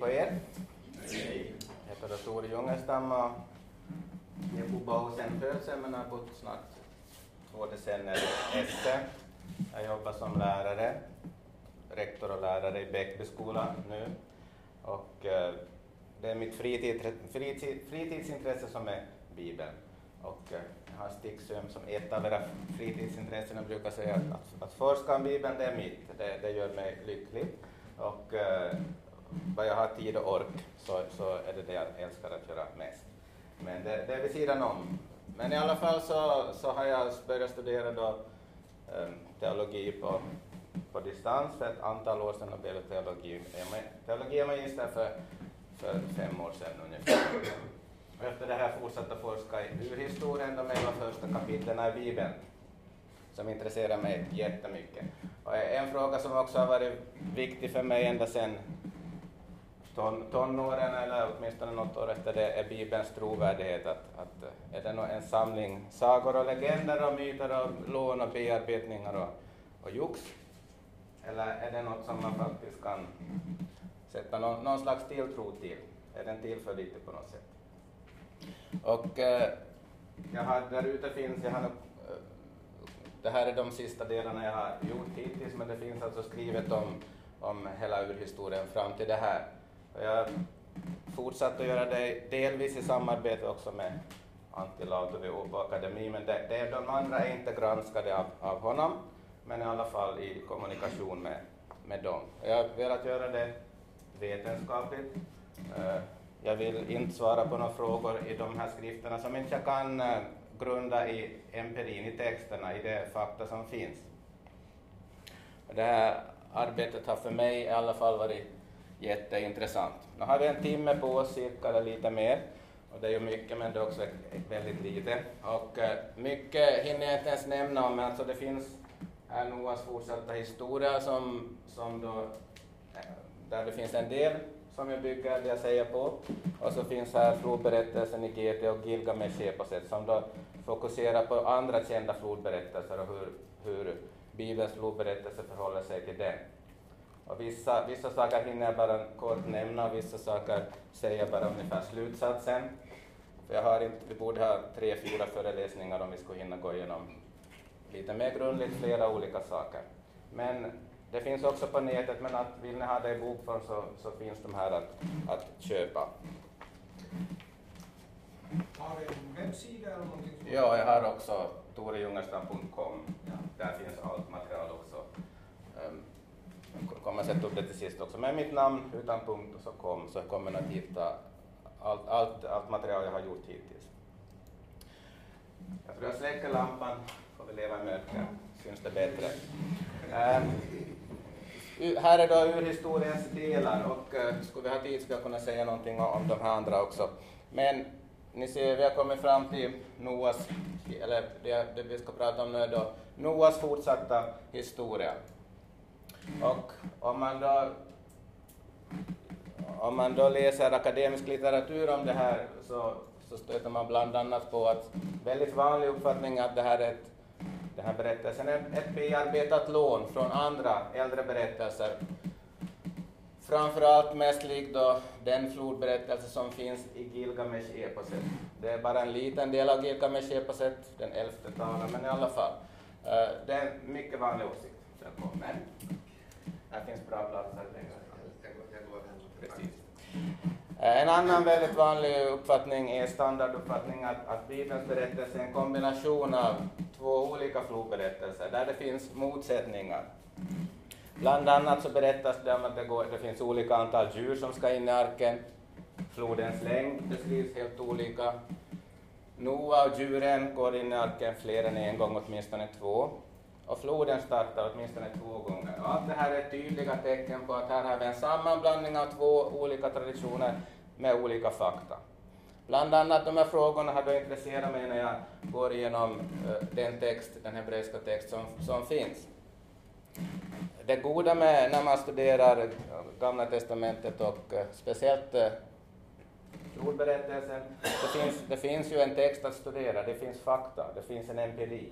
på er. Jag heter Tor Jungerstam och jag bor hos en födelse men har bott snart 2 decennier efter. Jag jobbar som lärare, rektor och lärare i Bäckbyskolan nu. Och det är mitt fritidsintresse som är Bibeln. Och jag har sticksöm som ett av era fritidsintressen och brukar säga att forska om Bibeln, det är mitt. Det gör mig lycklig. Och vad jag har tid och ork så är det jag älskar att göra mest. Men det är vid sidan om. Men i alla fall så har jag börjat studera då, teologi på distans för ett antal år sedan och blev teologimagister för 5 år sedan ungefär. Och efter det här fortsatte att forska i urhistorien, de 11 första kapitlen i Bibeln, som intresserar mig jättemycket. Och en fråga som också har varit viktig för mig ända sedan tonåren, eller åtminstone något år efter det, är Bibelns trovärdighet. Att är det en samling sagor och legender och myter och lån och bearbetningar och jox? Eller är det något som man faktiskt kan sätta någon slags tilltro till? Är den tillförlitlig på något sätt? Och det här är de sista delarna jag har gjort hittills, men det finns alltså skrivet om hela urhistorien fram till det här. Och jag fortsatte att göra det delvis i samarbete också med Antti Lautovi och Akademi, men de andra är inte granskade av honom, men i alla fall i kommunikation med dem. Jag har velat göra det vetenskapligt. Jag vill inte svara på några frågor i de här skrifterna som inte jag kan grunda i empirin, i texterna, i det fakta som finns. Det här arbetet har för mig i alla fall varit jätteintressant. Nu har vi en timme på oss cirka, eller lite mer. Och det är ju mycket, men det är också väldigt lite. Och mycket hinner jag inte ens nämna om, men alltså det finns här Noas fortsatta historia som då, där det finns en del som jag bygger det jag säger på. Och så finns här flodberättelsen i GT och Gilgamesh-eposet som då fokuserar på andra kända flodberättelser och hur Bibelns flodberättelse förhåller sig till den. Och vissa saker hinner jag bara kort nämna och vissa saker säger jag bara ungefär slutsatsen. För vi borde ha 3-4 föreläsningar om vi skulle hinna gå igenom lite mer grundligt flera olika saker. Men det finns också på nätet, men vill ni ha det i bokform så finns de här att köpa. Har du en webbsida eller någonting? Ja, jag har också torejungerstam.com. Ja. Där finns allt material också. Jag kommer sätta upp det till sist också. Med mitt namn utan punkt och så kommer ni att hitta allt material jag har gjort hittills. Jag tror jag släcker lampan, får vi leva i mörker. Syns det bättre. Här är då urhistoriens delar och skulle vi ha tid ska jag kunna säga någonting om de här andra också. Men ni ser, vi har kommit fram till Noas, eller det vi ska prata om nu då, Noas fortsatta historia. Och om man då läser akademisk litteratur om det här så stöter man bland annat på att väldigt vanlig uppfattning att den här berättelsen är ett bearbetat lån från andra äldre berättelser. Framförallt mest lik då den flodberättelse som finns i Gilgamesh-eposet. Det är bara en liten del av Gilgamesh-eposet, den 11:e talen, men i alla fall. Det är en mycket vanlig åsikt. Men här finns bra platser. Precis. En annan väldigt vanlig uppfattning är standarduppfattning att Bibelns berättelse är en kombination av 2 olika flodberättelser där det finns motsättningar. Bland annat så berättas det om att det finns olika antal djur som ska in i arken. Flodens längd beskrivs helt olika. Noa och djuren går in i arken fler än en gång, åtminstone 2. Och floden startar åtminstone 2 gånger. Och allt det här är tydliga tecken på att här har vi en sammanblandning av 2 olika traditioner med olika fakta. Bland annat de här frågorna har då intresserat mig när jag går igenom den hebreiska text som finns. Det goda med när man studerar Gamla testamentet och speciellt flodberättelsen, det finns ju en text att studera, det finns fakta, det finns en empiri.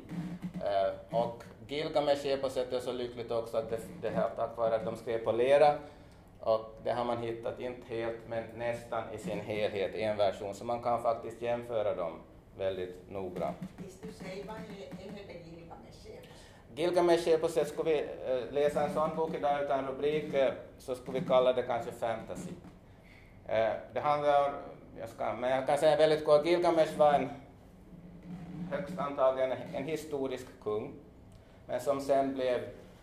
Och Gilgamesh-eposet är så lyckligt också att det här tack vare att de skrev på lera Och det har man hittat, inte helt men nästan i sin helhet i en version, så man kan faktiskt jämföra dem väldigt noggrant. Visst du säger vad är det Gilgamesh-epos? Gilgamesh-eposet, skulle vi läsa en sån bok idag utan rubrik så skulle vi kalla det kanske fantasy. Det handlar, men jag kan säga väldigt kort, Gilgamesh var en högst antagligen en historisk kung, men som sen blev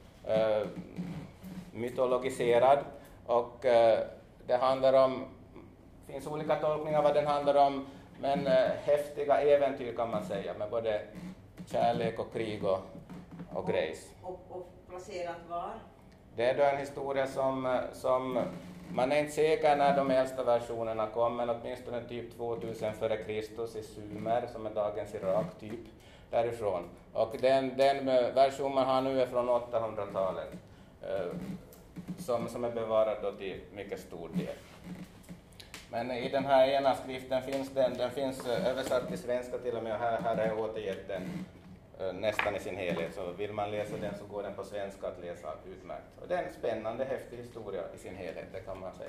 mytologiserad, och det handlar om, det finns olika tolkningar vad den handlar om, men häftiga äventyr kan man säga, med både kärlek och krig och grejs. Och placerat var? Det är då en historia som man är inte säker när de äldsta versionerna kom, men åtminstone typ 2000 före Kristus i Sumer, som är dagens Irak typ, därifrån. Och den version man har nu är från 800-talet, som är bevarad då till mycket stor del. Men i den här ena skriften finns den finns översatt till svenska till och med, här har jag återgett den nästan i sin helhet, så vill man läsa den så går den på svenska att läsa utmärkt. Och det är en spännande, häftig historia i sin helhet, det kan man säga.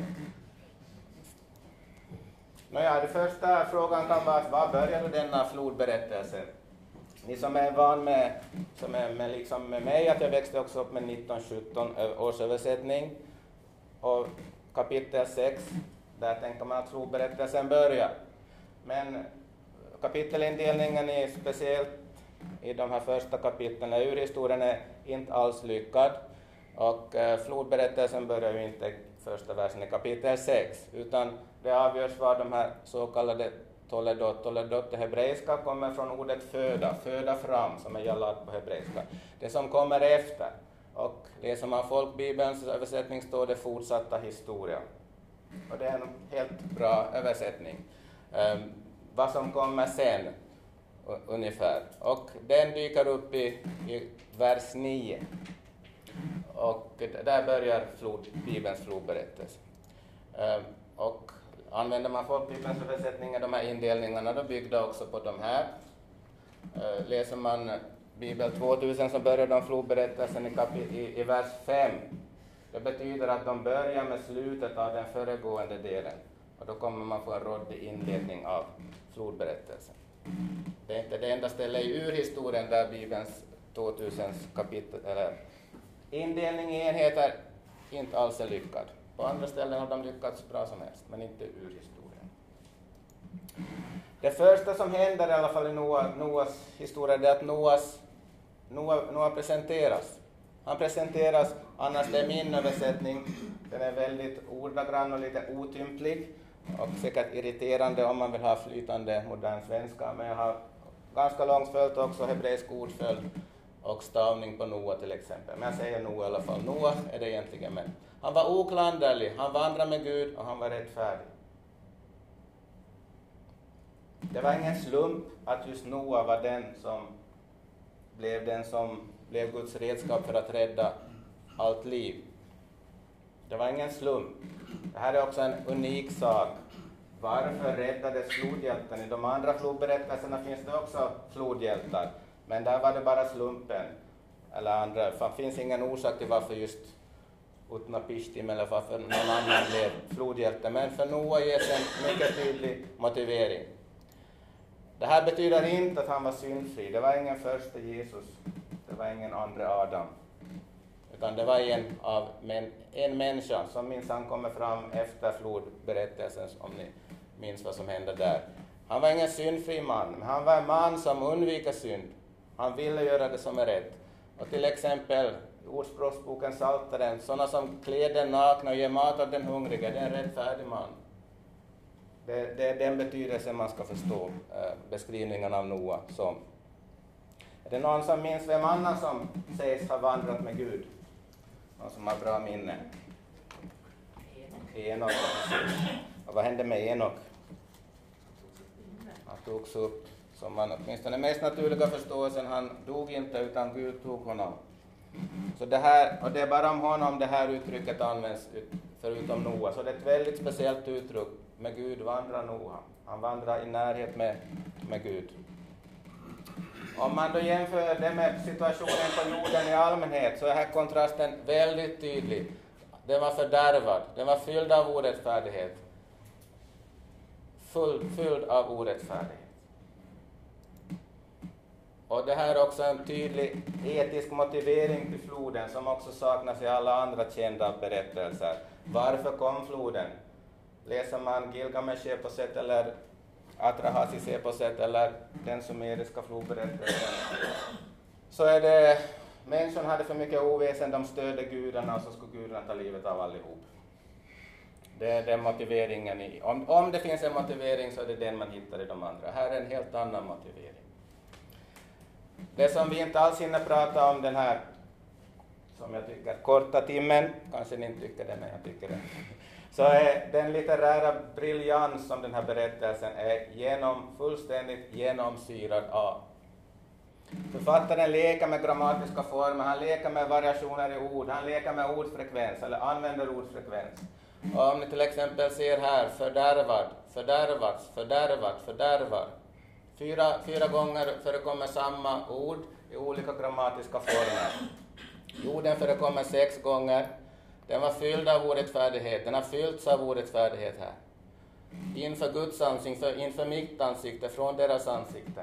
Nåja, den första frågan kan vara, var började denna flodberättelse? Ni som är van med, som är med, liksom med mig, att jag växte också upp med 1917 års översättning, och kapitel 6, där tänker man att flodberättelsen börjar. Men kapitelindelningen är speciellt i de här första kapitlen, urhistorien är inte alls lyckad, och flodberättelsen börjar ju inte första versen i kapitel 6, utan det avgörs var de här så kallade toledot, det hebreiska kommer från ordet föda fram, som är jalad på hebreiska. Det som kommer efter, och läser man folkbibelns översättning står det fortsatta historia. Och det är en helt bra översättning. Vad som kommer sen, ungefär. Och den dyker upp i vers 9. Och där börjar Bibelns flodberättelse. Och använder man folkbibelns översättningar, de här indelningarna, då byggda också på de här. Läser man Bibel 2000 så börjar de flodberättelsen i vers 5. Det betyder att de börjar med slutet av den föregående delen. Och då kommer man få en råddig inledning av flodberättelsen. Det är inte det enda stället i urhistorien där Bibelns 2000 kapitel, eller indelning i enheter inte alls är lyckad. På andra ställen har de lyckats bra som helst, men inte urhistorien. Det första som händer i alla fall i Noas historia är att Noa presenteras. Han presenteras, annars det är min översättning, den är väldigt ordagrann och lite otymplig och säkert irriterande om man vill ha flytande modern svenska, men jag har ganska långt följt också hebreisk ordföljd och stavning på Noa till exempel. Men jag säger Noa i alla fall. Noa är det egentligen, men han var oklanderlig, han vandrade med Gud och han var rättfärdig. Det var ingen slump att just Noa var den som blev Guds redskap för att rädda allt liv. Det var ingen slump. Det här är också en unik sak. Varför räddades flodhjälten? I de andra flodberättelserna finns det också flodhjältar. Men där var det bara slumpen. Eller andra. Det finns ingen orsak till varför just Utnapishtim eller varför någon annan blev flodhjälte. Men för Noa ges en mycket tydlig motivering. Det här betyder inte att han var syndfri. Det var ingen första Jesus. Det var ingen andra Adam. Utan det var en människa som minsann kommer fram efter flodberättelsen, om ni minns vad som hände där. Han var ingen syndfri man, men han var en man som undviker synd. Han ville göra det som är rätt. Och till exempel Ordspråksboken Psaltaren, sådana som klär den nakna och ger mat åt den hungriga, det är en rättfärdig man. Det är den betydelsen man ska förstå beskrivningen av Noa som. Är det någon som minns vem annan som sägs ha vandrat med Gud? Någon som har bra minne? Enok. Och vad hände med Enok? Han togs upp, som man åtminstone mest naturliga förståelsen, han dog inte utan Gud tog honom. Så det här, och det är bara om honom det här uttrycket används förutom Noa. Så det är ett väldigt speciellt uttryck. Med Gud vandrar Noa. Han vandrar i närhet med Gud. Om man då jämför det med situationen på jorden i allmänhet så är här kontrasten väldigt tydlig. Den var fördärvad. Den var fylld av orättfärdighet. Fylld av orättfärdighet. Och det här är också en tydlig etisk motivering till floden som också saknas i alla andra kända berättelser. Varför kom floden? Läser man Gilgamesh-eposet eller Atrahasis-eposet eller den sumeriska flodberättelsen, så är det människan hade för mycket oväsen, de stödde gudarna och så skulle gudarna ta livet av allihop. Det är den motiveringen. Om det finns en motivering så är det den man hittar i de andra. Här är en helt annan motivering. Det som vi inte alls hinner prata om den här, som jag tycker, korta timmen, kanske ni inte tycker det, men jag tycker det, så är den litterära briljans som den här berättelsen är fullständigt genomsyrad av. Författaren leker med grammatiska former, han leker med variationer i ord, han leker med ordfrekvens, eller använder ordfrekvens. Och om ni till exempel ser här, fördärvad, fördärvats, fördärvat, fördärvar. Fyra gånger förekommer samma ord i olika grammatiska former. Jorden förekommer 6 gånger. Den var fylld av orättfärdighet. Den har fyllts av orättfärdighet här. Inför Guds ansikte, inför mitt ansikte, från deras ansikten.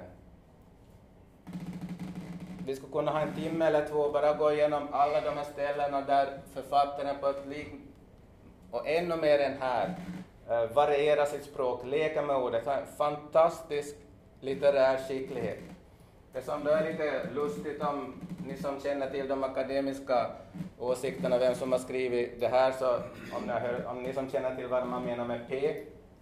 Vi skulle kunna ha en timme eller 2 bara gå igenom alla de här ställena där författaren på ett och ännu mer än här varierar sitt språk, leker med ordet. Fantastisk litterär skicklighet. Det som då är lite lustigt, om ni som känner till de akademiska åsikterna, vem som har skrivit det här, så om ni som känner till vad man menar med P,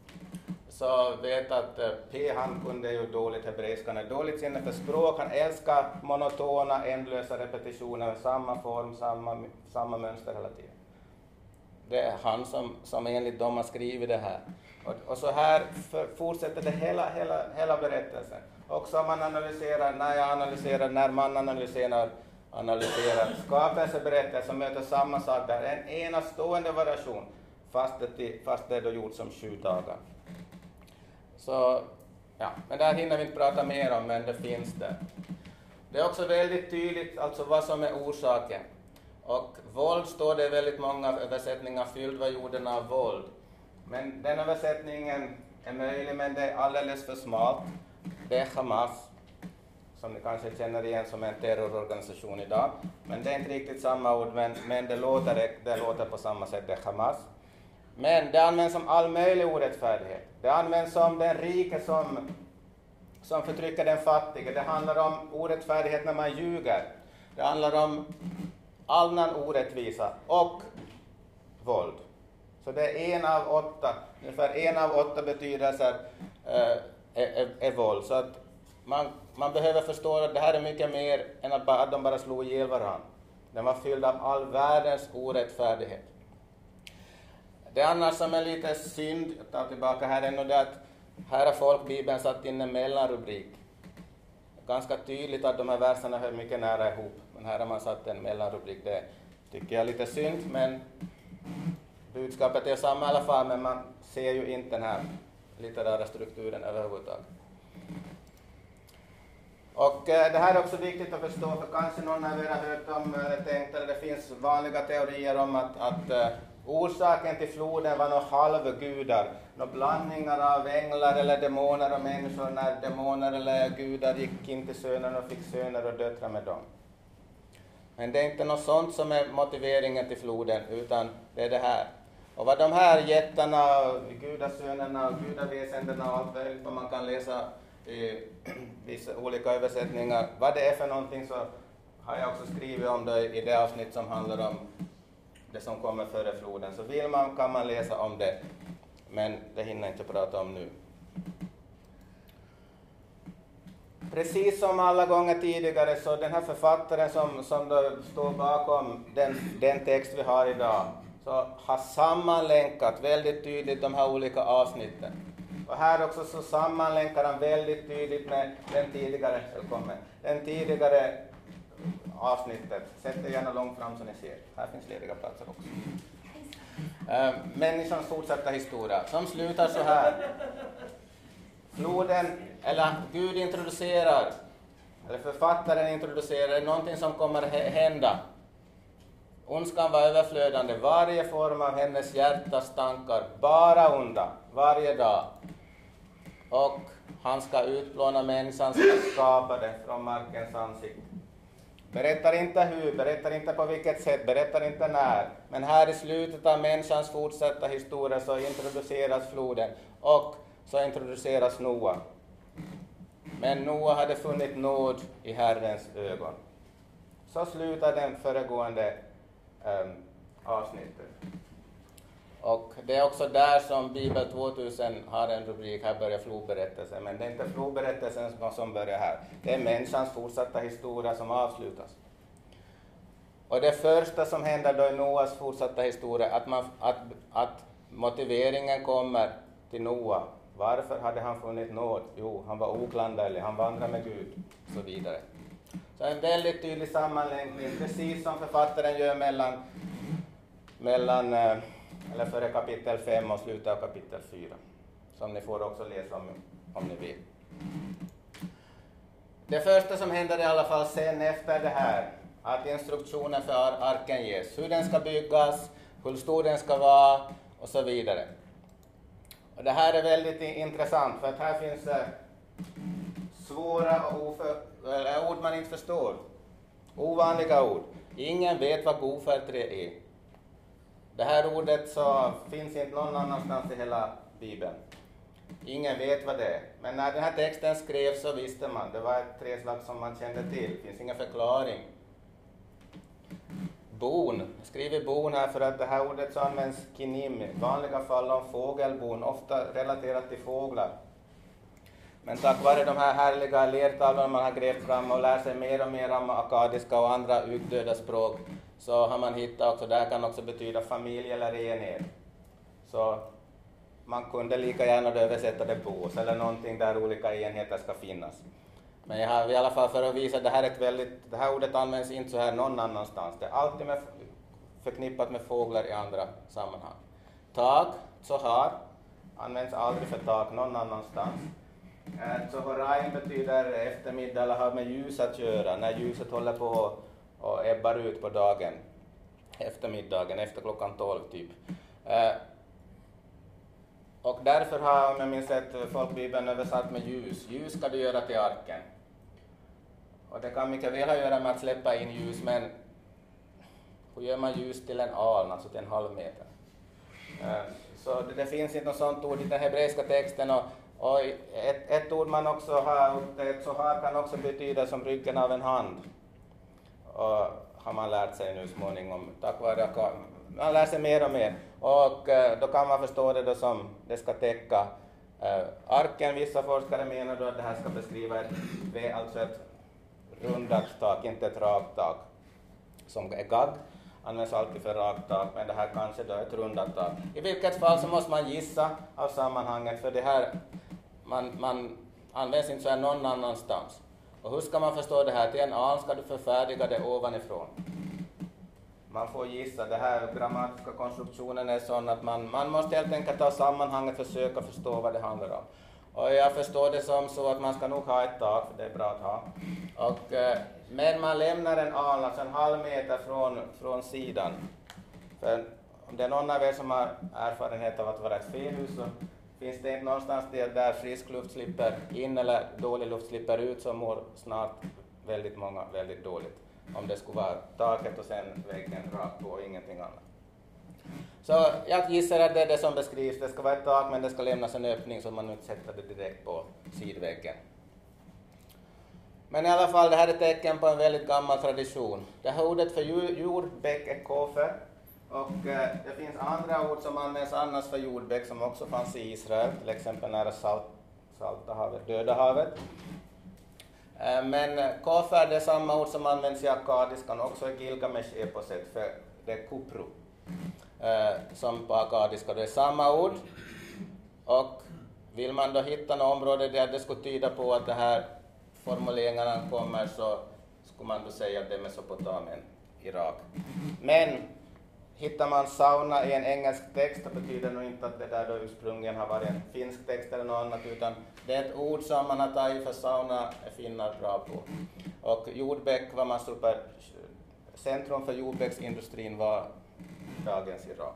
så vet att P, han kunde ju dåligt hebreiska, han är dåligt sinne för språk, han älskar monotona, ändlösa repetitioner, samma form, samma mönster hela tiden. Det är han som enligt dem har skrivit det här. Och så här fortsätter det hela berättelsen. Också om man analyserar, när man analyserar skapelseberättelsen, möter samma sak där. En enastående variation, fast det är då gjort som 7 dagar. Så, ja, men där hinner vi inte prata mer om, men det finns där. Det är också väldigt tydligt alltså vad som är orsaken. Och våld står det i väldigt många översättningar, fylld var jorden av våld. Men den översättningen är möjlig, men det är alldeles för smalt. Det är Hamas, som ni kanske känner igen som en terrororganisation idag. Men det är inte riktigt samma ord, men det låter på samma sätt, det är Hamas. Men det används som all möjlig orättfärdighet. Det används som den rike som förtrycker den fattige. Det handlar om orättfärdighet när man ljuger. Det handlar om annan orättvisa och våld. Så det är ungefär en av 8 betydelser är våld. Så att man behöver förstå att det här är mycket mer än att de bara slog ihjäl varandra. Den var fylld av all världens orättfärdighet. Det annars som är lite synd, jag tar tillbaka här ännu, det att här har folkbibeln satt in en mellanrubrik. Ganska tydligt att de här verserna hör mycket nära ihop, men här har man satt en mellanrubrik. Det tycker jag är lite synd, men budskapet är samma i alla fall, men man ser ju inte den här litterära strukturen överhuvudtaget. Och det här är också viktigt att förstå, för kanske någon av er har hört om eller tänkt, eller det finns vanliga teorier om att orsaken till floden var några halvgudar, några blandningar av änglar eller demoner och människor, när demoner eller gudar gick in till sönerna och fick söner och döttrar med dem. Men det är inte något sånt som är motiveringen till floden, utan det är det här. Och vad de här jättarna, gudasönerna och gudaväsendena och allt möjligt vad man kan läsa i vissa olika översättningar, vad det är för någonting, så har jag också skrivit om det i det avsnitt som handlar om det som kommer före floden. Så vill man kan man läsa om det, men det hinner jag inte prata om nu. Precis som alla gånger tidigare, så den här författaren som då står bakom den text vi har idag, så har sammanlänkat väldigt tydligt de här olika avsnitten. Och här också så sammanlänkar han väldigt tydligt med den tidigare avsnittet. Sätt det gärna långt fram så ni ser. Här finns lediga platser också. Människans fortsatta historia, som slutar så här. Floden, eller Gud introducerar, eller författaren introducerar någonting som kommer hända. Ondskan var överflödande, varje form av hennes hjärtas tankar, bara onda, varje dag. Och han ska utplåna människans skapade från markens ansikte. Berättar inte hur, berättar inte på vilket sätt, berättar inte när. Men här i slutet av människans fortsatta historia så introduceras floden och så introduceras Noa. Men Noa hade funnit nåd i Herrens ögon. Så slutar den föregående avsnittet. Och det är också där som Bibel 2000 har en rubrik, här börjar flodberättelsen. Men det är inte flodberättelsen som börjar här. Det är människans fortsatta historia som avslutas. Och det första som händer då i Noas fortsatta historia, att motiveringen kommer till Noa. Varför hade han funnit nåd? Jo, han var oklanderlig, han vandrade med Gud och så vidare. Så en väldigt tydlig sammanlänkning, precis som författaren gör mellan eller före kapitel 5 och slutet av kapitel 4. Som ni får också läsa om ni vill. Det första som händer i alla fall sen efter det här, att instruktionen för arken ges. Hur den ska byggas, hur stor den ska vara och så vidare. Och det här är väldigt intressant för att här finns svåra ord man inte förstår. Ovanliga ord. Ingen vet vad gofärträ är. Det här ordet så finns inte någon annanstans i hela Bibeln. Ingen vet vad det är. Men när den här texten skrevs så visste man. Det var ett träslag som man kände till. Det finns ingen förklaring. Bon. Jag skriver bon här för att det här ordet så används kinim. I vanliga fall om fågelbon. Ofta relaterat till fåglar. Men tack vare de här härliga lertavlorna man har grävt fram och lär sig mer och mer om akadiska och andra utdöda språk, så har man hittat också, det kan också betyda familj eller enhet. Så man kunde lika gärna översätta det bås eller någonting där olika enheter ska finnas. Men jag har i alla fall för att visa att det här ordet används inte så här någon annanstans. Det är alltid förknippat med fåglar i andra sammanhang. Tak, tsohar, används aldrig för tak någon annanstans. Tsohoraim betyder eftermiddag eller har med ljus att göra, när ljuset håller på och ebbar ut på dagen, eftermiddagen, efter klockan 12 typ. Och därför har, om jag minns rätt, folkbibeln översatt med ljus. Ljus ska du göra till arken. Och det kan mycket väl ha att göra med att släppa in ljus, men hur gör man ljus till en aln, alltså till en halv meter? Så det finns inte något sånt ord i den hebreiska texten. Och ett ord man också har upptäckt så här kan också betyda som ryggen av en hand. Och har man lärt sig nu småningom, tack vare man lär sig mer och mer. Och då kan man förstå det då som det ska täcka arken. Vissa forskare menar då att det här ska beskriva alltså ett rundat tak, inte ett rakt tak. Som är gagg, används alltid för rakt tak, men det här kanske då är ett rundat tak. I vilket fall så måste man gissa av sammanhanget, för det här man används inte så här någon annanstans. Och hur ska man förstå det här? Till en aln ska du förfärdiga det ovanifrån. Man får gissa, det här grammatiska konstruktionen är sån att man måste helt enkelt ta sammanhanget och försöka förstå vad det handlar om. Och jag förstår det som så att man ska nog ha ett tak, för det är bra att ha. Men man lämnar en aln, alltså en halv meter från sidan. För om det är någon av er som har erfarenhet av att vara ett fähus, så finns det inte någonstans där frisk luft slipper in eller dålig luft slipper ut, så mår snart väldigt många väldigt dåligt. Om det skulle vara taket och sen väggen rakt på och ingenting annat. Så jag gissar att det är det som beskrivs. Det ska vara ett tak, men det ska lämnas en öppning så man inte sätter det direkt på sidväggen. Men i alla fall, det här är tecken på en väldigt gammal tradition. Det här ordet för jordbäck är kofer. Och det finns andra ord som används annars för jordbäck som också fanns i Israel. Till exempel nära Salta havet, Döda havet. Men kofer är samma ord som används i akadiskan, också i Gilgamesh-eposet, för det är kupru. Som på akadiska, det är samma ord. Och vill man då hitta något område där det skulle tyda på att det här formuleringarna kommer, så skulle man då säga att det är Mesopotamien, Irak. Men hittar man sauna i en engelsk text, så betyder det nog inte att det där då ursprungligen har varit en finsk text eller något annat, utan det är ett ord som man har tagit för sauna är finnar bra på. Och jordbäck var man super centrum för jordbruksindustrin var dagens Irak.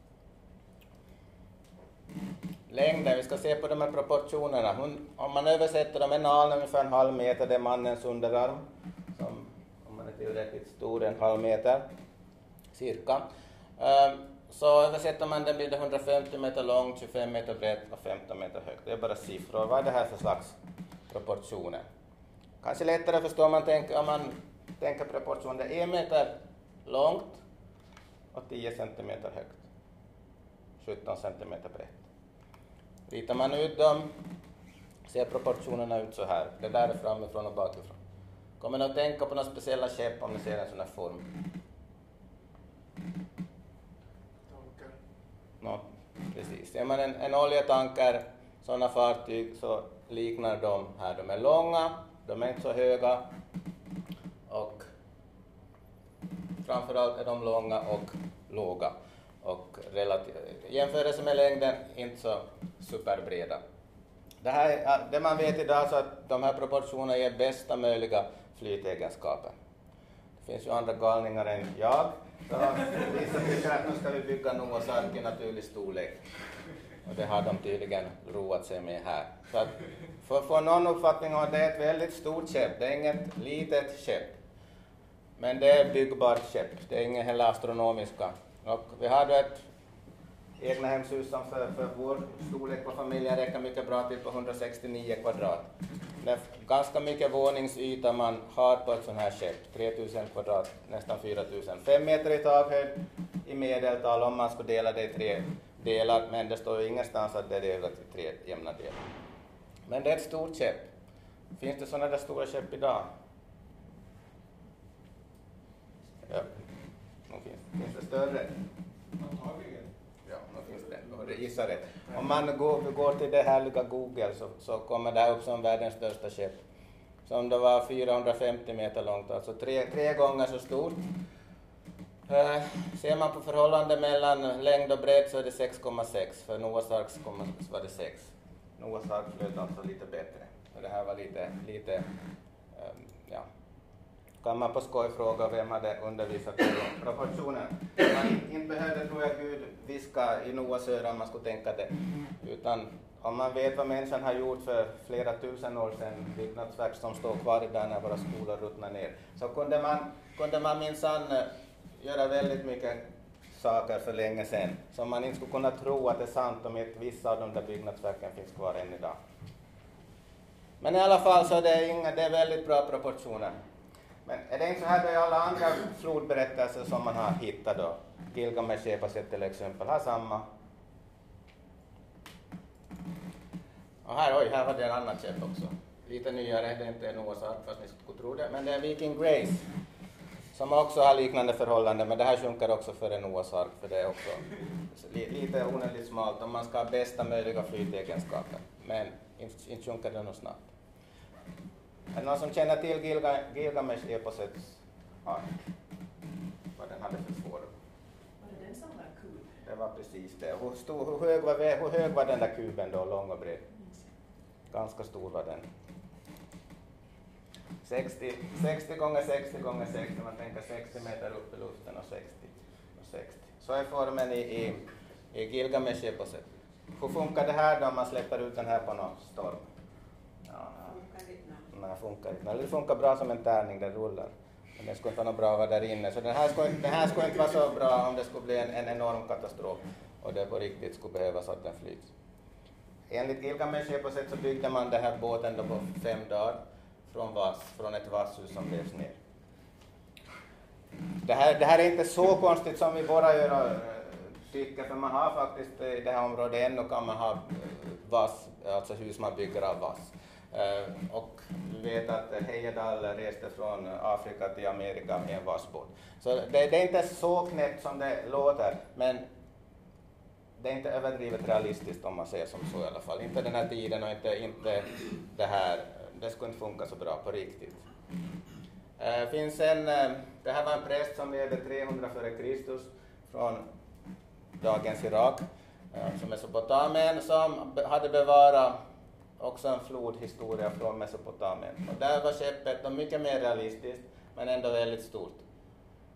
Längden, vi ska se på de här proportionerna. Om man översätter dem, en naln ungefär 1,5 meter, det är mannens underarm. Som, om man är tillräckligt stor, 1,5 meter cirka. Så översätter man den blir det 150 meter lång, 25 meter brett och 15 meter högt. Det är bara siffror. Vad är det här för slags proportioner? Kanske lättare att förstå om man tänker proportioner. 1 meter långt och 10 centimeter högt. 17 centimeter brett. Ritar man ut dem ser proportionerna ut så här. Det där är framifrån och bakifrån. Kommer ni att tänka på några speciella skepp om ni ser en sån här form? No, precis. Ser man en oljetanker, sådana fartyg, så liknar de här. De är långa, de är inte så höga och framförallt är de långa och låga. Och jämförelse med längden inte så superbreda. Det man vet idag så att de här proportionerna ger bästa möjliga flytegenskaper. Det finns ju andra galningar än jag. Så vissa tycker att nu ska vi bygga Noas ark i naturlig storlek. Och det har de tydligen roat sig med här. Så att för att få någon uppfattning om det är ett väldigt stort skepp. Det är inget litet skepp. Men det är byggbart skepp. Det är inga heller astronomiska. Och vi har då ett egna hemshus som för vår storlek på familjen räcker mycket bra till på 169 kvadrat. Det är ganska mycket våningsyta man har på ett sånt här skepp. 3000 kvadrat, nästan 4000. 5 meter i takhöjd i medeltal om man skulle dela det i 3 delar. Men det står ju ingenstans att det är delat i 3 jämna delar. Men det är ett stort skepp. Finns det sådana där stora skepp idag? Ja. Finns det större? Antagligen. Ja, nu finns det. Och det gissar rätt. Om man går till det härliga Google så kommer det här upp som världens största skepp. Som det var 450 meter långt, alltså 3 gånger så stort. Ser man på förhållande mellan längd och bredd så är det 6,6. För Noas ark var det 6. Noas ark flöt alltså lite bättre. Och det här var lite ja. Kan man på skoj fråga vem hade undervisat i proportioner. Man inte behövde, tror jag, Gud viska i Noas öra om man skulle tänka det. Utan om man vet vad människan har gjort för flera tusen år sedan, byggnadsverk som står kvar idag när våra skolor ruttnar ner, så kunde man minsann göra väldigt mycket saker för länge sedan som man inte skulle kunna tro att det är sant om vissa av de där byggnadsverken finns kvar än idag. Men i alla fall så det är väldigt bra proportioner. Men är det inte så här då i alla andra flodberättelser som man har hittat då? Gilgamesh-eposet till exempel har samma. Och här var det en annan skepp också. Lite nyare, det är inte Noas ark fast ni skulle tro det. Men det är Viking Grace som också har liknande förhållanden. Men det här sjunker också före Noas ark för det är också lite onödigt smalt om man ska ha bästa möjliga flytegenskaper. Men inte sjunker det nog snabbt. Är det någon som känner till Gilgamesh-eposets ark? Vad den hade för form? Var det den som var kul? Det var precis det. Hur hög var den där kuben då, lång och bred? Ganska stor var den. 60 gånger 60 gånger 60, man tänker 60 meter upp i luften och 60. Så är formen i Gilgamesh-eposet. Hur funkar det här då om man släpper ut den här på någon storm? Nej, funkar inte. Det funkar bra som en tärning, den rullar. Men det skulle inte vara bra att vara där inne. Så den här skulle inte vara så bra om det skulle bli en enorm katastrof och det på riktigt skulle behövas att den flygs. Enligt Gilgamesh-eposet så byggde man den här båten då på 5 dagar från ett vasshus som revs ner. Det här är inte så konstigt som vi bara gör tycker, för man har faktiskt i det här området ännu kan man ha vass, alltså hus man bygger av vass. Och vi vet att Heyerdahl reste från Afrika till Amerika med en vassbåt. Så det är inte så knäppt som det låter, men det är inte överdrivet realistiskt om man säger som så i alla fall. Inte den här tiden och inte det här. Det skulle inte funka så bra på riktigt. Det här var en präst som levde 300 f.Kr. från dagens Irak, som Mesopotamien, som hade bevarat också en flodhistoria från Mesopotamien. Och där var skeppet mycket mer realistiskt, men ändå väldigt stort.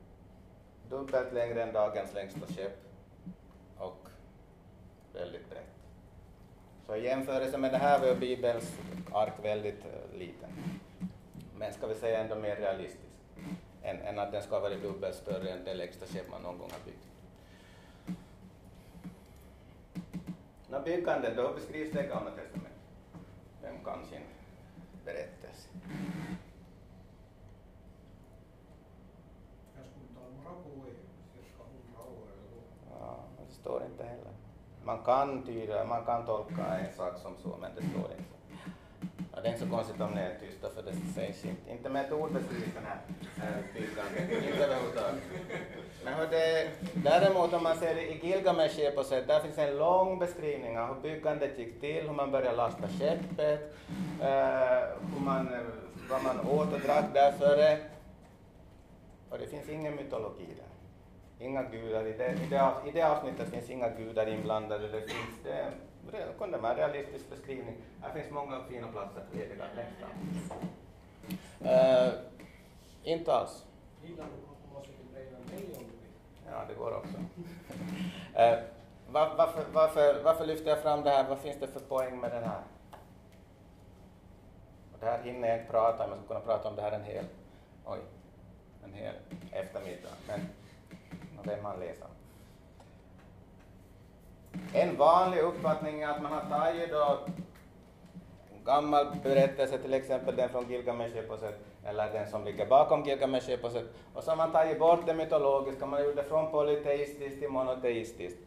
dubbelt längre än dagens längsta skepp och väldigt brett. Så i jämförelse med det här var Bibelns ark väldigt liten. Men ska vi säga ändå mer realistisk än att den ska vara dubbelt större än det längsta skepp man någon gång har byggt. När byggandet då beskrivs det i Gamla testamentet. Vem kan sin berättelse? Jag skulle ta några på cirka 100 år eller så. Ja, det står inte heller. Man kan tolka en sak som så, men det står inte. Ja, det är inte så konstigt om ni är tysta, för det sägs inte med ett ord beskrivs den här byggandet. Inte överhuvudtaget. Men hur det, däremot om man ser det i Gilgamesh-eposet, där finns en lång beskrivning av hur byggandet gick till, hur man började lasta skeppet, vad man åt och drack där före. Och det finns ingen mytologi där. Inga gudar, i det avsnittet finns inga gudar inblandade. Det finns det kunde vara en realistisk beskrivning. Här finns många fina platser lediga längst fram. Inte alls. Gillar du måste du bredda mig om du vill? Ja, det går också. Varför lyfter jag fram det här? Vad finns det för poäng med den här? Och det här hinner jag inte prata om. Jag skulle kunna prata om det här en hel eftermiddag. Men vem man läser. En vanlig uppfattning är att man har tagit då en gammal berättelse, till exempel den från Gilgamesh-eposet, eller den som ligger bakom Gilgamesh-eposet, och så har man tagit bort det mytologiska, man har gjort det från polyteistiskt till monoteistiskt.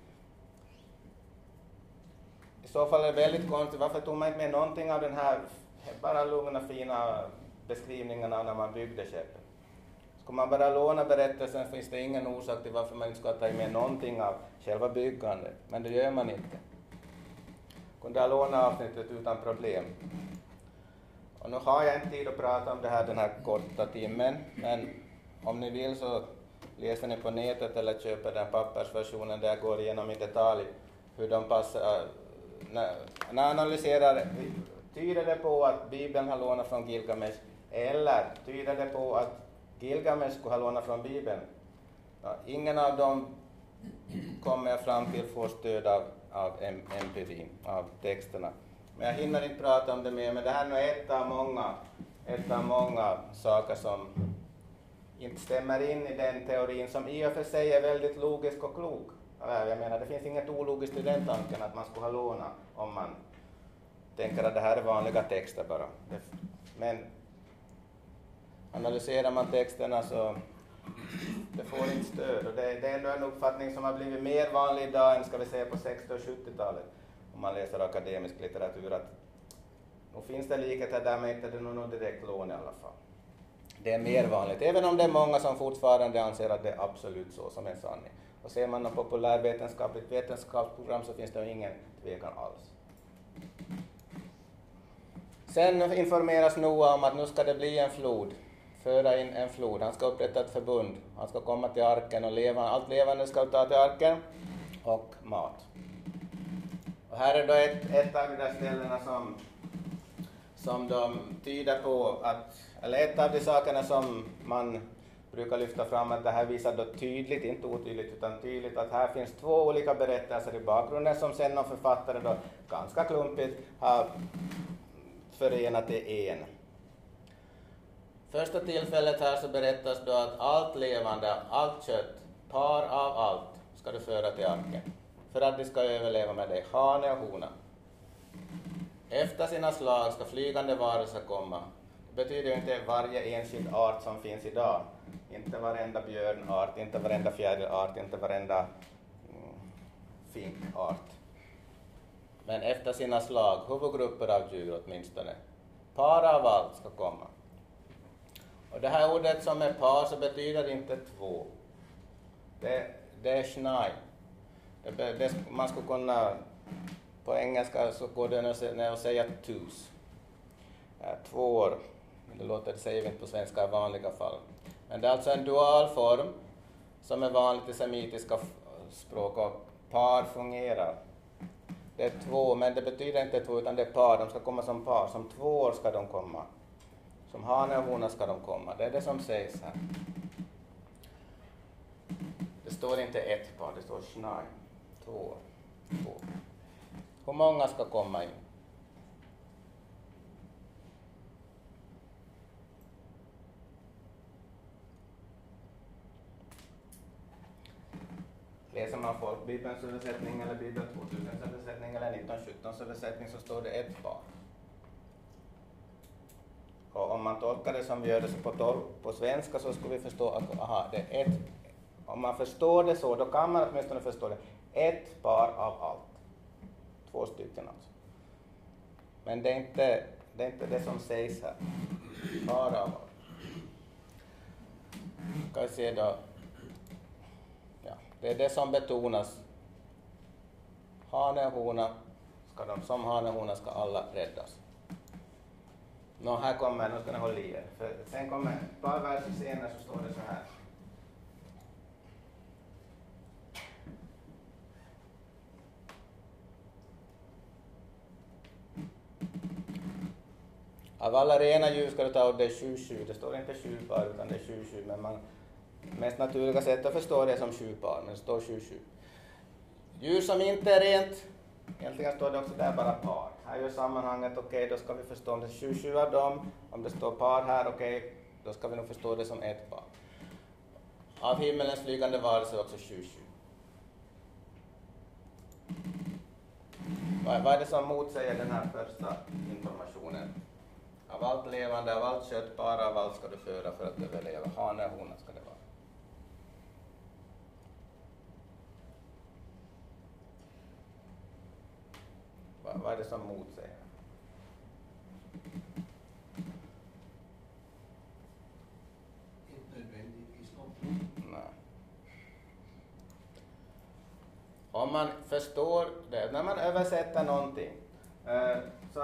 I så fall är det väldigt konstigt, varför tog man inte med någonting av den här bara lugna fina beskrivningarna när man byggde skeppet? Ska man bara låna berättelsen finns det ingen orsak till varför man inte ska ta med någonting av själva byggandet. Men det gör man inte. Kunde jag låna avsnittet utan problem. Och nu har jag inte tid att prata om det här den här korta timmen. Men om ni vill så läser ni på nätet eller köper den pappersversionen där jag går igenom i detalj hur de passar. När jag analyserar, tyder det på att Bibeln har lånat från Gilgamesh eller tyder det på att Gilgamesh skulle ha lånat från Bibeln? Ja, ingen av dem kommer jag fram till får stöd av empirin, av texterna. Men jag hinner inte prata om det mer, men det här är nog ett av många saker som inte stämmer in i den teorin som i och för sig är väldigt logisk och klok. Jag menar, det finns inget ologiskt i den tanken att man skulle ha lånat om man tänker att det här är vanliga texter bara. Men analyserar man texterna så det får inte stöd. Och det är ändå en uppfattning som har blivit mer vanlig idag än ska vi säga på 60- och 70-talet. Om man läser akademisk litteratur att nu finns det likheter där men inte det är någon direkt lån i alla fall. Det är mer vanligt, även om det är många som fortfarande anser att det är absolut så som en sanning. Och ser man något populärvetenskapligt vetenskapsprogram så finns det ingen tvekan alls. Sen informeras Noa om att nu ska det bli en flod. Föra in en flod. Han ska upprätta ett förbund. Han ska komma till arken och allt levande ska ta till arken och mat. Och här är då ett av de där ställena som de tyder på att, eller ett av de sakerna som man brukar lyfta fram att det här visar då tydligt, inte otydligt utan tydligt att här finns två olika berättelser i bakgrunden som sen någon författare då ganska klumpigt har förenat till en. Första tillfället här så berättas då att allt levande, allt kött, par av allt ska du föra till arken. För att de ska överleva med dig, hane och hona. Efter sina slag ska flygande varelser komma. Det betyder ju inte varje enskild art som finns idag. Inte varenda björnart, inte varenda fjärilart, inte varenda finkart. Men efter sina slag, huvudgrupper av djur åtminstone. Par av allt ska komma. Och det här ordet som är par så betyder inte två. Det är schnai. Man skulle kunna, på engelska så går det när att säga twos. Två år, det säger vi inte på svenska i vanliga fall. Men det är alltså en dual form som är vanligt i semitiska språk och par fungerar. Det är två, men det betyder inte två utan det är par, de ska komma som par. Som två år ska de komma. Som hane och hona ska de komma. Det är det som sägs här. står inte ett par, det står Schneim. Två. Hur många ska komma in? Läser man folkbibelns översättning eller Bibel 2000 översättning eller 1917 översättning så står det ett par. Och om man tolkar det som vi gör det på svenska så skulle vi förstå att det är ett. Om man förstår det så, då kan man åtminstone förstå det. Ett par av allt. 2 stycken alltså. Men det är inte det som sägs här. Par av allt. Ska vi se då. Ja, det är det som betonas. Hane och hona som hane och hona ska alla räddas. Här kommer, nu ska ni hålla i er. För sen kommer ett par verser senare så står det så här. Av alla rena djur ska du ta, och det är 7-7. Det står inte 7 par utan det är 7-7. Men man mest naturliga sätt att förstå det som 7 par, men det står 7-7. Djur som inte är rent, egentligen står det också där bara par. Här är sammanhanget, okej, då ska vi förstå om det är 7-7 av dem. Om det står par här, okej, då ska vi nog förstå det som ett par. Av himmelens flygande varelser också 7-7. Vad är det som motsäger den här första informationen? Av allt levande, av allt kött, bara av allt ska du föda för att överleva. Hane och hona ska det vara. Vad är det som motsäger? Inte nödvändigtvis något. Nej. Om man förstår det, när man översätter någonting, så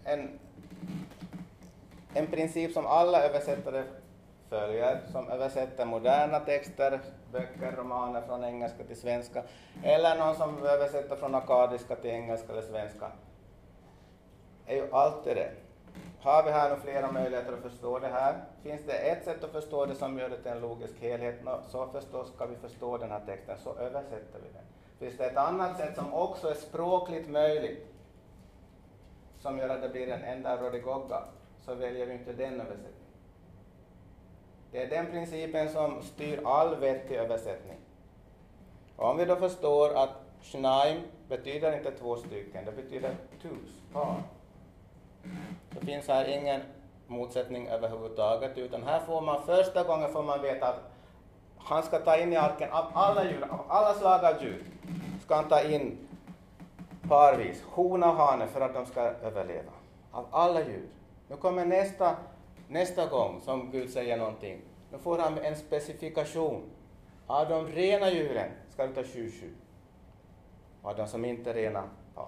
en princip som alla översättare följer, som översätter moderna texter, böcker, romaner från engelska till svenska, eller någon som översätter från akadiska till engelska eller svenska, är ju alltid det. Har vi här flera möjligheter att förstå det här? Finns det ett sätt att förstå det som gör det till en logisk helhet, så förstås ska vi förstå den här texten, så översätter vi den. Finns det ett annat sätt som också är språkligt möjligt, som gör att det blir en enda rodigogga, så väljer vi inte den översättningen. Det är den principen som styr all vettig översättning. Och om vi då förstår att Schneim betyder inte 2 stycken, det betyder tus, par. Så finns här ingen motsättning överhuvudtaget, utan här får man första gången får man veta att han ska ta in i arken av alla djur, av alla slag av djur, ska han ta in parvis, hona och hane för att de ska överleva. Av alla djur. Nu kommer nästa gång som Gud säger någonting. Nu får han en specifikation. Av de rena djuren ska du ta 7-7. Av de som inte är rena, par.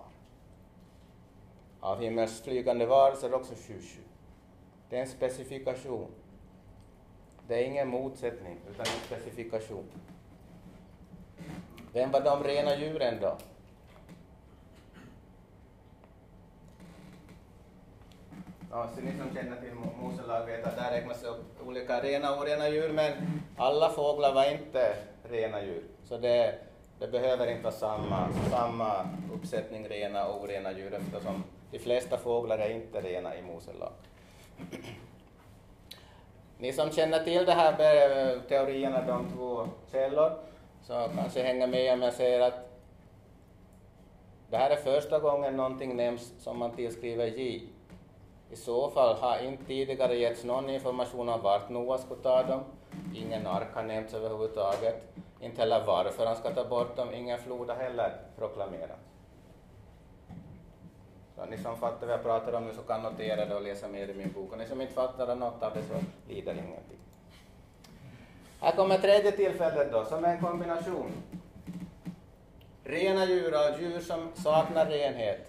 Av himmels flygande varelser också 7-7. Det är en specifikation. Det är ingen motsättning, utan en specifikation. Vem var de rena djuren då? Ja, så ni som känner till Moselag vet att där räknas upp olika rena och orena djur, men alla fåglar var inte rena djur. Så det behöver inte vara samma uppsättning rena och orena djur, eftersom de flesta fåglar är inte rena i Moselag. Ni som känner till det här teorierna, de 2 källor, så kanske hänger med om jag säger att det här är första gången någonting nämns som man tillskriver J. I så fall har inte tidigare getts någon information om vart Noa ska ta dem. Ingen ark har nämnts överhuvudtaget. Inte heller varför han ska ta bort dem. Ingen flod har heller proklamerat. Så ni som fattar vad jag pratar om nu så kan notera det och läsa mer i min bok. Och ni som inte fattar något av det så lider ingenting. Här kommer 3:e tillfället då, som är en kombination. Rena djur och djur som saknar renhet.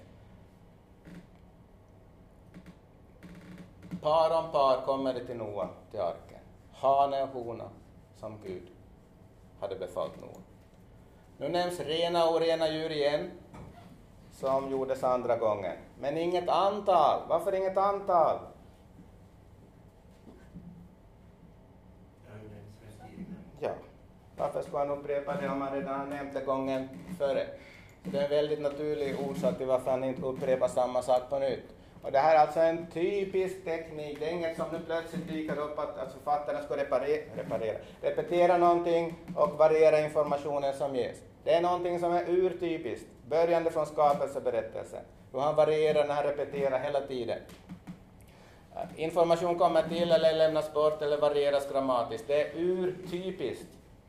Par om par kommer det till Noa, till arken. Hane och hona, som Gud hade befallt Noa. Nu nämns rena och orena djur igen, som gjordes andra gången. Men inget antal. Varför inget antal? Ja. Varför ska han upprepa det om han redan har nämnt det gången före? Så det är en väldigt naturlig orsak till varför han inte upprepar samma sak på nytt. Och det här är alltså en typisk teknik. Det är inget som nu plötsligt dyker upp att författaren ska repetera någonting och variera informationen som ges. Det är någonting som är urtypiskt, börjande från skapelseberättelsen. Hur han varierar när han repeterar hela tiden. Information kommer till eller lämnas bort eller varieras grammatiskt. Det är urtypiskt.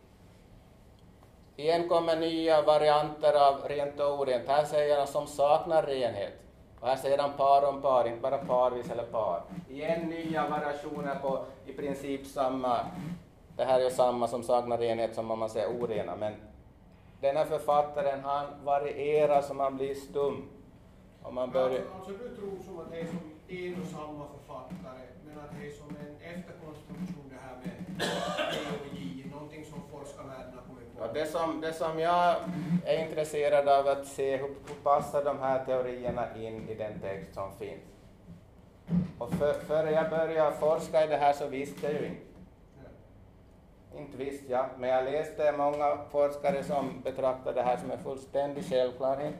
Igen kommer nya varianter av rent och orent. Här säger han som saknar renhet. Och här säger han par om par, inte bara parvis eller par. Igen nya variationer på i princip samma. Det här är ju samma som saknar renhet som om man säger orena. Men den här författaren, han varierar som man blir stum. Och man börjar... Alltså du tror som att det är som en och samma författare, men att det är som en efterkonstruktion det här med teologi, någonting som forskarvärlden har kommit på. Ja, det som jag är intresserad av att se hur passar de här teorierna in i den text som finns. Och före jag började forska i det här så visste jag ju inte. Inte visste jag, men jag läste många forskare som betraktar det här som en fullständig självklarhet.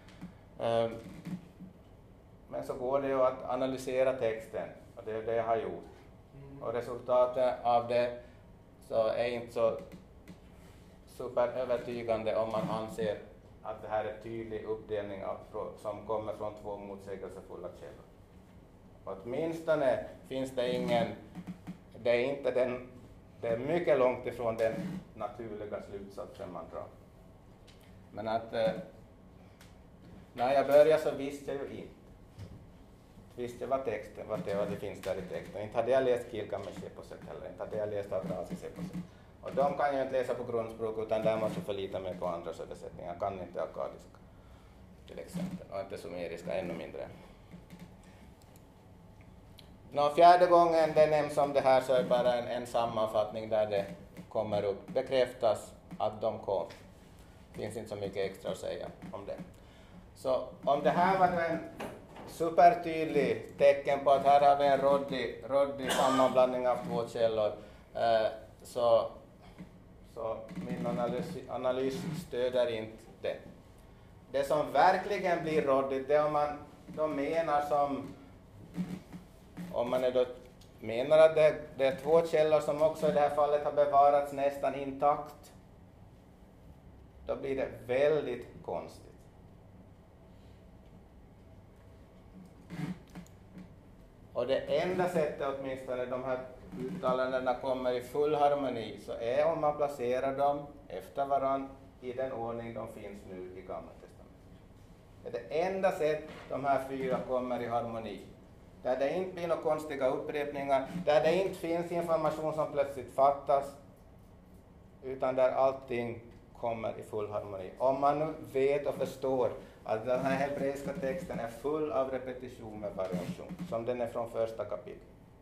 Men så går det ju att analysera texten, och det är det jag har gjort. Och resultatet av det så är inte så superövertygande om man anser att det här är tydlig uppdelning som kommer från två motsägelsefulla källor. Åtminstone finns det ingen, det är mycket långt ifrån den naturliga slutsatsen man drar. Men att när jag började så visste jag ju inte. Visste vad texten, vad det finns där i texten. Inte hade jag läst Gilgamesh på sätt heller, inte hade jag läst Atrasis på sätt. Och de kan jag inte läsa på grundspråk, utan där måste jag förlita mig på andras översättningar. Jag kan inte akadiska till exempel, och inte sumeriska ännu mindre. Fjärde gången det nämns om det här så är det bara en sammanfattning där det kommer upp, bekräftas att de kom. Det finns inte så mycket extra att säga om det. Så om det här var en supertydlig tecken på att här har vi en råddig sammanblandning av två källor, så min analys stöder inte det. Det som verkligen blir råddigt, det är om man då menar om man då menar att det är två källor som också i det här fallet har bevarats nästan intakt, då blir det väldigt konstigt. Och det enda sättet åtminstone de här uttalandena kommer i full harmoni så är om man placerar dem efter varann i den ordning de finns nu i Gamla testamentet. Det är det enda sättet de här fyra kommer i harmoni. Där det inte blir några konstiga upprepningar, där det inte finns information som plötsligt fattas, utan där allting kommer i full harmoni. Om man nu vet och förstår att den här hebreiska texten är full av repetition med variation, som den är från första kapitlet.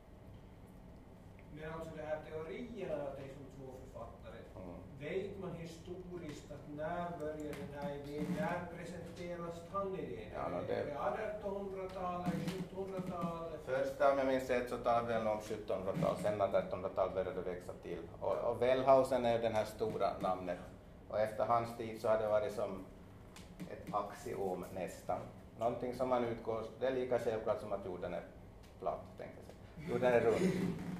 Men alltså det här teorierna att det är som två författare, vet man historiskt att när började den här idén, när presenteras idén? Ja, det är 1800-talet, 1700-talet? Första, om jag minns rätt, så talar vi om 1700-tal, sen när 1800-tal började växa till. Och Wellhausen är den här stora namnet. Och efter hans tid så har det varit som ett axiom nästan. Någonting som man utgår, det är lika självklart som att jorden är platt, tänkte jag säga. Jorden är rund.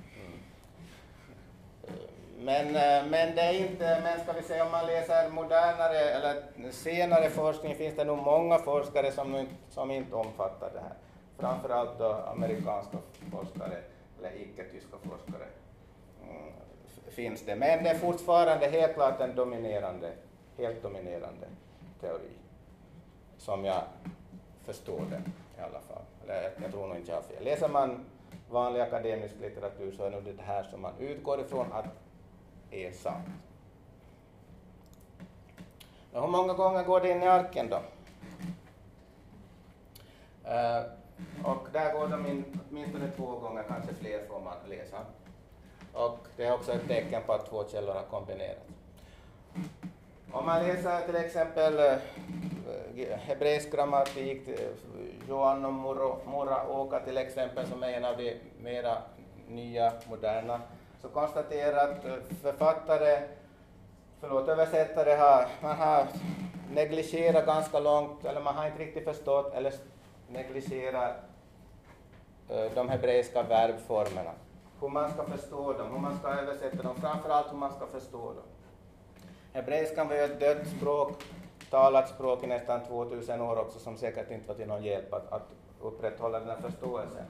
Men det är inte, men ska vi säga om man läser modernare eller senare forskning finns det nog många forskare som inte omfattar det här. Framförallt då amerikanska forskare eller icke-tyska forskare finns det. Men det är fortfarande helt klart en helt dominerande teori. Som jag förstår det i alla fall. Eller jag tror nog inte jag har fel. Läser man vanlig akademisk litteratur så är nog det här som man utgår ifrån att är sant. Hur många gånger går det in i arken då? Och där går de in åtminstone 2 gånger, kanske fler får man läsa. Och det är också ett tecken på att 2 källor har kombinerats. Om man läser till exempel hebreisk grammatik, Joanno Muraoka till exempel, som är en av de mera nya, moderna, så konstaterar att författare översättare man har negligerat ganska långt, eller man har inte riktigt förstått eller negligerat de hebreiska verbformerna. Hur man ska förstå dem, hur man ska översätta dem, framförallt hur man ska förstå dem. Hebreiskan var ju ett dött språk, talat språk i nästan 2000 år också, som säkert inte var till någon hjälp att upprätthålla den här förståelsen.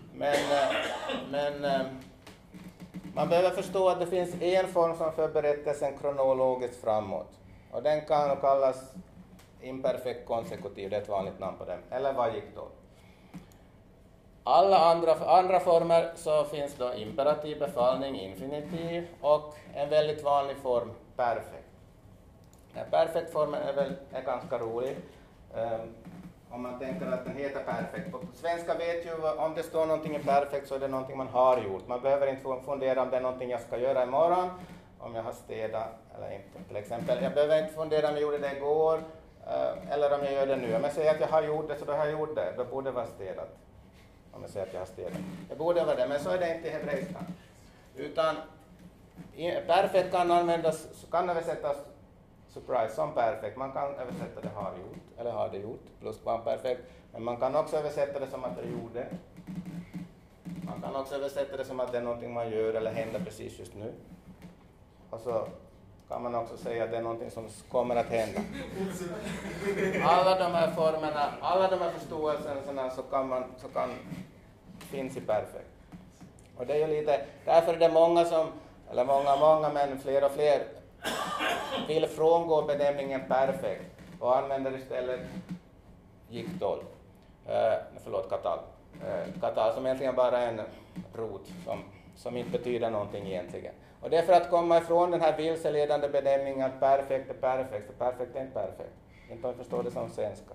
Men man behöver förstå att det finns en form som för berättelsen kronologiskt framåt. Och den kan kallas imperfekt konsekutiv, det är ett vanligt namn på den. Eller vad gick då? Alla andra former så finns då imperativ, befallning, infinitiv och en väldigt vanlig form, perfekt. Den perfektformen är ganska rolig. Om man tänker att den heter perfekt. På svenska vet ju om det står någonting i perfekt så är det någonting man har gjort. Man behöver inte fundera om det är någonting jag ska göra imorgon. Om jag har städat eller inte till exempel. Jag behöver inte fundera om jag gjorde det igår eller om jag gör det nu. Om jag säger att jag har gjort det så då har jag gjort det. Då borde det vara städat. Om jag säger att jag har städat. Det borde vara det, men så är det inte i hebreiskan. Utan perfekt kan översättas surprise som perfekt. Man kan översätta det har gjort eller har det gjort plus perfekt. Men man kan också översätta det som att det gjorde. Man kan också översätta det som att det är någonting man gör eller händer precis just nu. Och så kan man också säga att det är någonting som kommer att hända. Alla de här formerna, alla de här förståelserna så kan finns i perfekt. Och det är ju lite, därför är det många men fler och fler vill frångå benämningen perfekt och använder istället katal. Katal som egentligen bara är en rot som inte betyder någonting egentligen. Och det är för att komma ifrån den här vilseledande benämningen att perfekt är perfekt, så perfekt är inte perfekt. Inte man förstår det som svenska.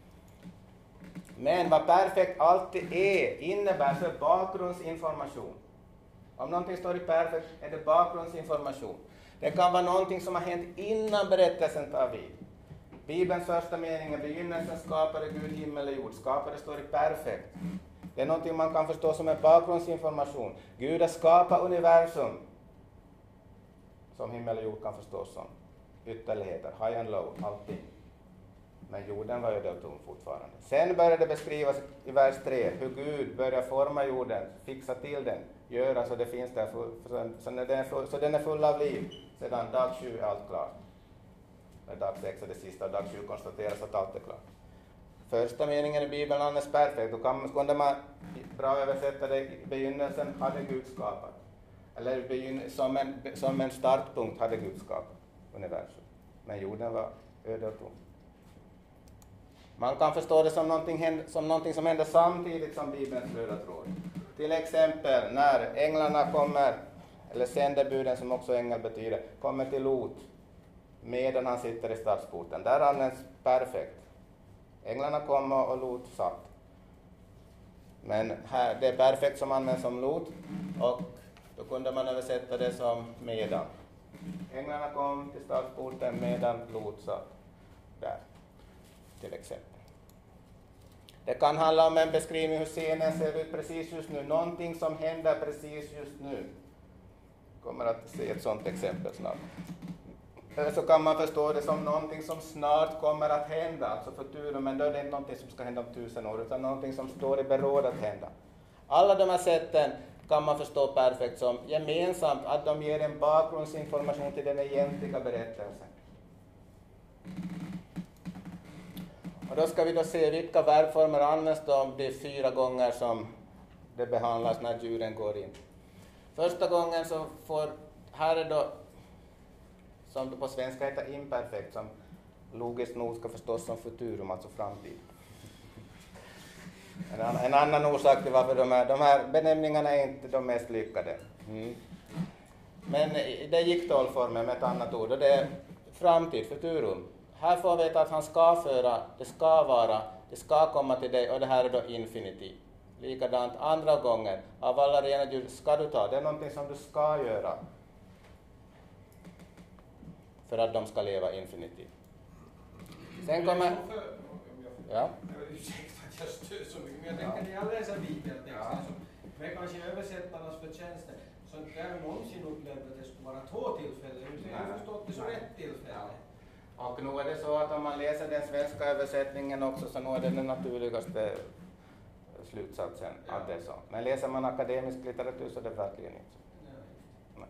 Men vad perfekt alltid innebär så är bakgrundsinformation. Om någonting står i perfekt är det bakgrundsinformation. Det kan vara någonting som har hänt innan berättelsen tar vid. Bibelns första mening är begynnelsen skapade Gud himmel och jord. Skapade står i perfekt. Det är någonting man kan förstå som en bakgrundsinformation. Gud har skapat universum. Som himmel och jord kan förstås som ytterligheter, high and low, allting. Men jorden var ju då tom fortfarande. Sen började det beskrivas i vers 3 hur Gud börjar forma jorden, fixa till den, göra så det finns där, så den är full av liv. Sedan dag 7 är allt klart. Dag 6 är det sista, dag 7 konstateras att allt är klart. Första meningen i Bibeln anses perfekt, då kunde man bra översätta det i begynnelsen hade Gud skapat. Eller som en startpunkt hade Gud skapat universum. Men jorden var öde och tom. Man kan förstå det som någonting som händer samtidigt som Bibelns röda tråd. Till exempel när änglarna kommer, eller sändebuden som också ängel betyder, kommer till Lot medan han sitter i stadsporten. Där används perfekt. Änglarna kommer och Lot satt. Men här, det är perfekt som används som Lot och då kunde man översätta det som medan. Änglarna kom till stadsporten medan Lot satt där, till exempel. Det kan handla om en beskrivning hur scenen ser ut precis just nu. Någonting som händer precis just nu. Kommer att se ett sådant exempel snart. Så kan man förstå det som någonting som snart kommer att hända, alltså futurum, men då är det inte någonting som ska hända om 1000 år, utan någonting som står i beråd att hända. Alla de här sätten kan man förstå perfekt som gemensamt att de ger en bakgrundsinformation till den egentliga berättelsen. Och då ska vi då se vilka verbformer används då de 4 gånger som det behandlas när djuren går in. Första gången så här är då, som på svenska heter imperfekt, som logiskt nog ska förstås som futurum, alltså framtid. En annan orsak till varför de här benämningarna är inte de mest lyckade. Men det gick formen med ett annat ord, och det är framtid, futurum. Här får vi veta att han ska föra, det ska vara, det ska komma till dig, och det här är då infinitiv. Likadant andra gången, av alla rena djur ska du ta, det är någonting som du ska göra. För att de ska leva infinitiv. Sen kommer... Ja. Ursäkta att jag stör så mycket, men jag tänker att jag läser bibeltexten, men kanske översättarnas förtjänster, Så inte jag någonsin upplevt att det skulle vara 2 tillfällen, utan jag har förstått det som ett tillfälle. Och nu är det så att om man läser den svenska översättningen också, så nu är det den naturligaste slutsatsen att det är så. Men läser man akademisk litteratur så är det verkligen inte så. Nej.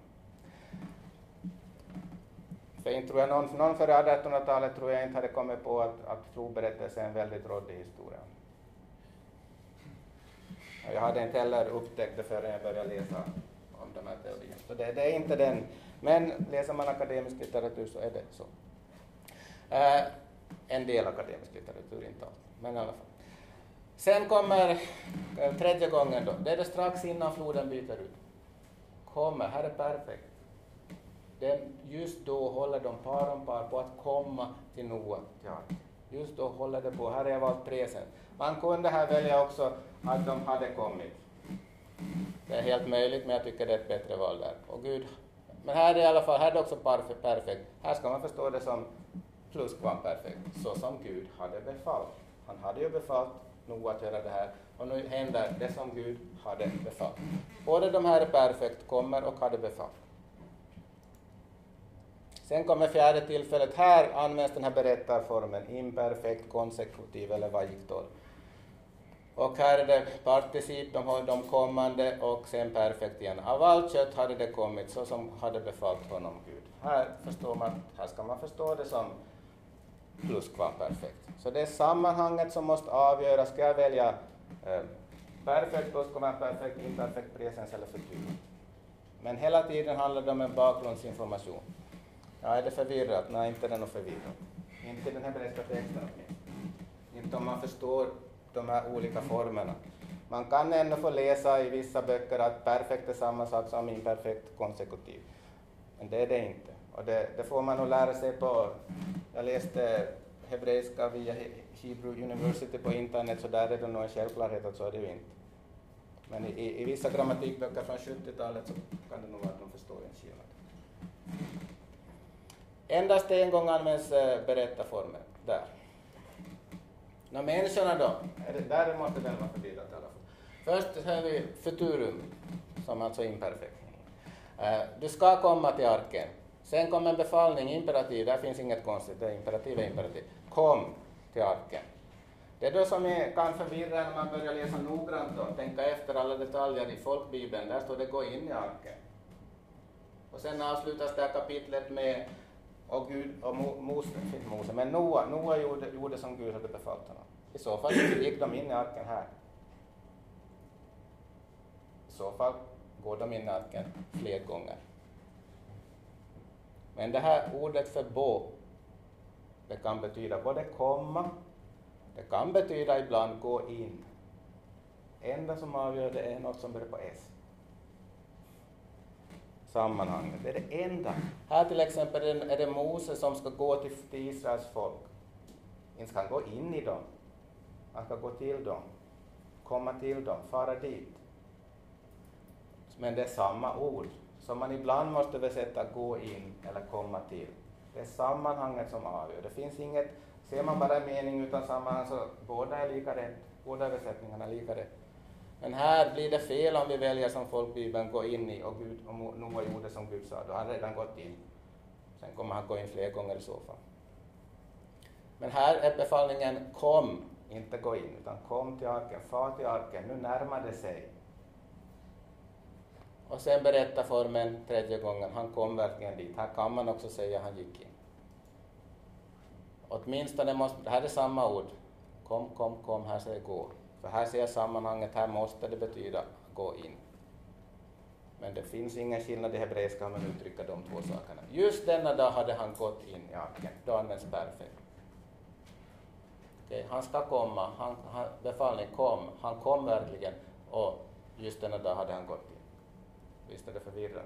För inte tror jag någon före 1800-talet tror jag inte hade kommit på att troberättelse är en väldigt rådig historia. Och jag hade inte heller upptäckt det förrän jag började läsa om de här teorierna. Så det är inte den. Men läser man akademisk litteratur så är det så. En del akademisk litteratur, inte allt. Men i alla fall. Sen kommer tredje gången då. Det är det strax innan floden byter ut. Kommer, här är perfekt. Just då håller de par om par på att komma till Noa. Ja. Just då håller det på. Här är jag valt 3 sen. Man kunde här välja också att de hade kommit. Det är helt möjligt, men jag tycker det är ett bättre val där. Och Gud. Men här är i alla fall, här är det också perfekt. Här ska man förstå det som plusskvamperfekt. Så som Gud hade befallt. Han hade ju befallt Noa att göra det här. Och nu händer det som Gud hade befallt. Både de här är perfekt, kommer och hade befallt. Sen kommer 4:e tillfället. Här används den här berättarformen. Imperfekt, konsekutiv eller vajiktor. Och här är det particip, de kommande och sen perfekt igen. Av allt kött hade det kommit så som hade befallt honom Gud. Här förstår man, här ska man förstå det som plusskvamperfekt. Så det är sammanhanget som måste avgöra. Ska jag välja perfekt, plusskvamperfekt, imperfekt, presens eller futur? Men hela tiden handlar det om en bakgrundsinformation. Ja, är det förvirrat? Nej, inte den är förvirrat. Inte den här berättar texten. Inte om man förstår de här olika formerna. Man kan ändå få läsa i vissa böcker att perfekt är samma sak som imperfekt konsekutiv. Men det är det inte. Och det får man nog lära sig på. Jag läste hebreiska via Hebrew University på internet, så där är det nog en självklarhet att så är det ju inte. Men i vissa grammatikböcker från 70-talet så kan det nog vara att de förstår en skillnad. Endast en gång används berättarformen där. Människorna då, där måste den vara förvirrad i alla fall. Först har vi futurum, som alltså är imperfekt. Du ska komma till arken. Sen kommer en befallning, imperativ, där finns inget konstigt, det är imperativ. Kom till arken. Det är då som kan förvirra när man börjar läsa noggrant och tänka efter alla detaljer i folkbibeln. Där står det gå in i arken. Och sen avslutas det här kapitlet med och Gud och Mose, men Noa gjorde som Gud hade befallt honom. I så fall gick de in i arken här. I så fall går de in i arken fler gånger. Men det här ordet för bo, det kan betyda både komma, det kan betyda ibland gå in. Enda som avgör det är något som börjar på S. Sammanhanget, det är det enda. Här till exempel är det Mose som ska gå till Israels folk. Han ska gå in i dem. Han ska gå till dem. Komma till dem, fara dit. Men det är samma ord. Som man ibland måste översätta gå in eller komma till. Det är sammanhanget som avgör. Det finns inget, ser man bara en mening utan sammanhang så båda är lika rätt. Båda översättningarna är lika rätt. Men här blir det fel om vi väljer som folkbibeln gå in i och Noa gjorde som Gud sa. Då har han redan gått in. Sen kommer han gå in fler gånger i så fall. Men här är befallningen kom, inte gå in, utan kom till arken, far till arken, nu närmar det sig. Och sen berättar formen tredje gången, han kom verkligen dit. Här kan man också säga han gick in. Åtminstone måste, det här är samma ord. Kom, här säger gå. För här ser jag sammanhanget, här måste det betyda gå in. Men det finns ingen skillnad i hebreiska om man uttrycker de två sakerna. Just denna dag hade han gått in i arken. Då används perfekt. Okay, han ska komma, befallning kom. Han kom verkligen och just denna dag hade han gått in. Visst är det förvirrande?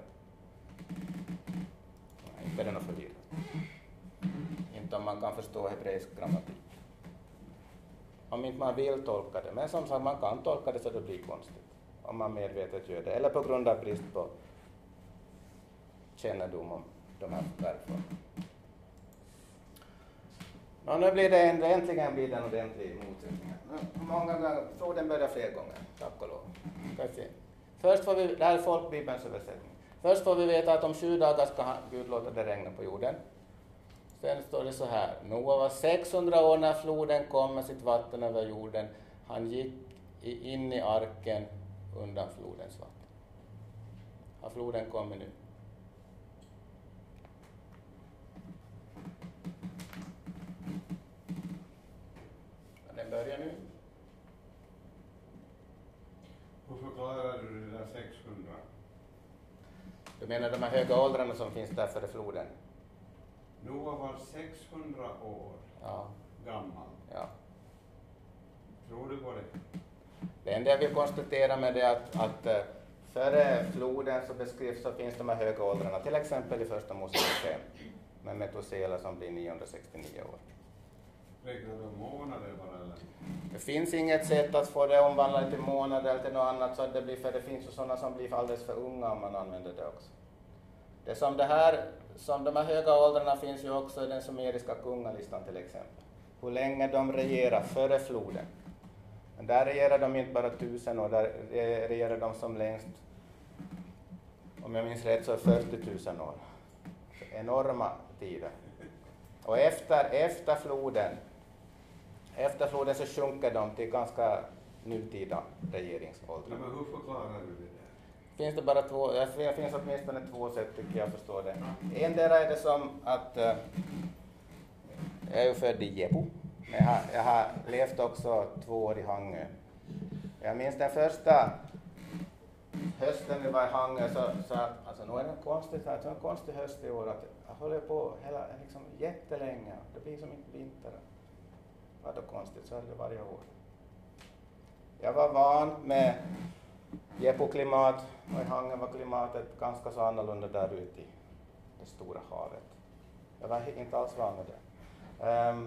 Nej, inte är det något förvirrande. Inte om man kan förstå hebreisk grammatik. Om inte man vill tolka det. Men som sagt, man kan tolka det så det blir konstigt. Om man medvetet gör det. Eller på grund av brist på kännedom om de här verkligen. Nu blir det äntligen blir det en ordentlig motsättning. Många gånger, floden börjar fler gånger. Tack och lov. Först får vi, det här är folkbibelns översättning. Först får vi veta att om 7 dagar ska Gud låta det regna på jorden. Sen står det så här. Noa var 600 år när floden kom med sitt vatten över jorden. Han gick in i arken undan flodens vatten. Har floden kommit nu? Den börjar nu. Hur förklarar du det där 600? Du menar de här höga åldrarna som finns där före floden? Noa var 600 år Ja. gammal. Ja. Tror du på det? Det enda jag vill konstatera med det är att före floden så beskrivs så finns de här höga åldrarna, till exempel i första Mosebok 5 med Metusela som blir 969 år. Räknar du månader bara eller? Det finns inget sätt att få det omvandlat till månader eller till något annat så att det blir, för det finns ju sådana som blir alldeles för unga om man använder det också. Det som de här höga åldrarna finns ju också i den sumeriska kungalistan till exempel. Hur länge de regerar före floden. Men där regerar de inte bara 1000 år, där regerar de som längst, om jag minns rätt, så är 40 000 år. Så enorma tider. Och efter floden så sjunker de till ganska nutida regeringsåldrar. Men hur förklarar du det där? Finns det bara två, det finns åtminstone två sätt tycker jag förstår det. Endera är det som att jag är ju född i Jebu. Jag har levt också 2 år i Hangö. Jag minns den första hösten vi var i Hangö så alltså nu är det en konstig höst i år att jag håller på liksom jättelänge. Det blir som inte vinter. Vad då konstigt, så är det varje år. Jag var van med Jebu-klimat och i Hangö var klimatet ganska så annorlunda där ute i det stora havet. Jag var inte alls van med det.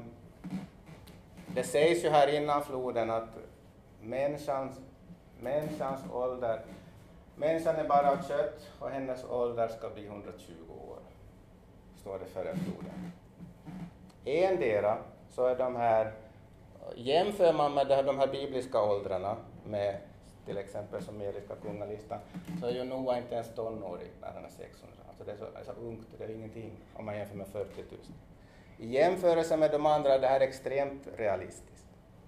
Det sägs ju här innan floden att människans ålder, människan är bara av kött och hennes ålder ska bli 120 år. Står det före floden. Endera så är de här, jämför man med de här bibliska åldrarna med till exempel sumeriska kungalistan, så är ju Noa inte ens tonårig när han är 600. Alltså det är så ungt, det är ingenting om man jämför med 40 000. I jämförelse med de andra är det här extremt realistiskt.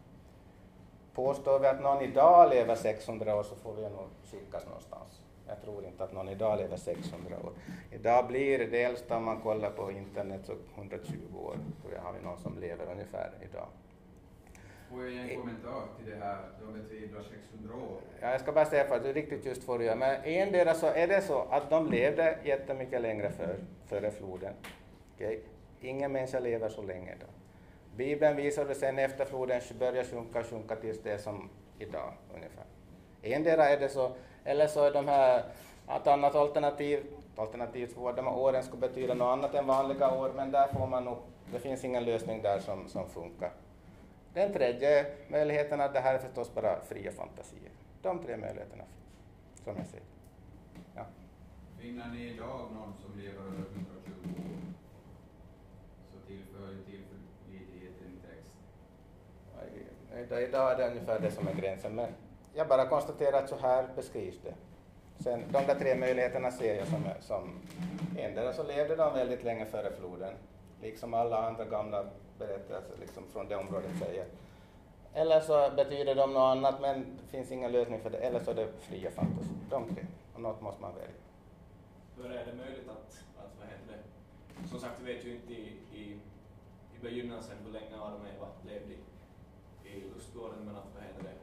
Påstår vi att någon idag lever 600 år så får vi nog skickas någonstans. Jag tror inte att någon idag lever 600 år. Idag blir det äldsta om man kollar på internet så 120 år. Tror jag har vi någon som lever ungefär idag. Får jag ge en kommentar till det här, de betvivlar 600 år? Ja, jag ska bara säga för att det är riktigt just för att göra. Men endera så är det så att de levde jättemycket längre före floden. Okay. Ingen människa lever så länge då. Bibeln visar det sen efter floden börjar sjunka tills det är som idag ungefär. Endera är det så, eller så är de här, ett annat alternativ 2, de här åren ska betyda något annat än vanliga år, men där får man nog, det finns ingen lösning där som funkar. Den tredje möjligheten är det här är förstås bara fria fantasier. De 3 möjligheterna finns, som jag ser. Ja. Finner ni idag någon som lever över 120 år? Så tillför tillförlitligheten i texten. Idag är det ungefär det som är gränsen, men jag bara konstaterar att så här beskrivs det. Sen, de där 3 möjligheterna ser jag som endera så levde de väldigt länge före floden, liksom alla andra gamla berättelser liksom från det området säger. Eller så betyder de något annat, men det finns ingen lösning för det, eller så är det fria fantasi. De 3, och något måste man välja. Hur är det möjligt att vad heter det? Som sagt, vi vet ju inte i begynnelsen hur länge Adam och Eva levde i lustgården, men att vad heter det?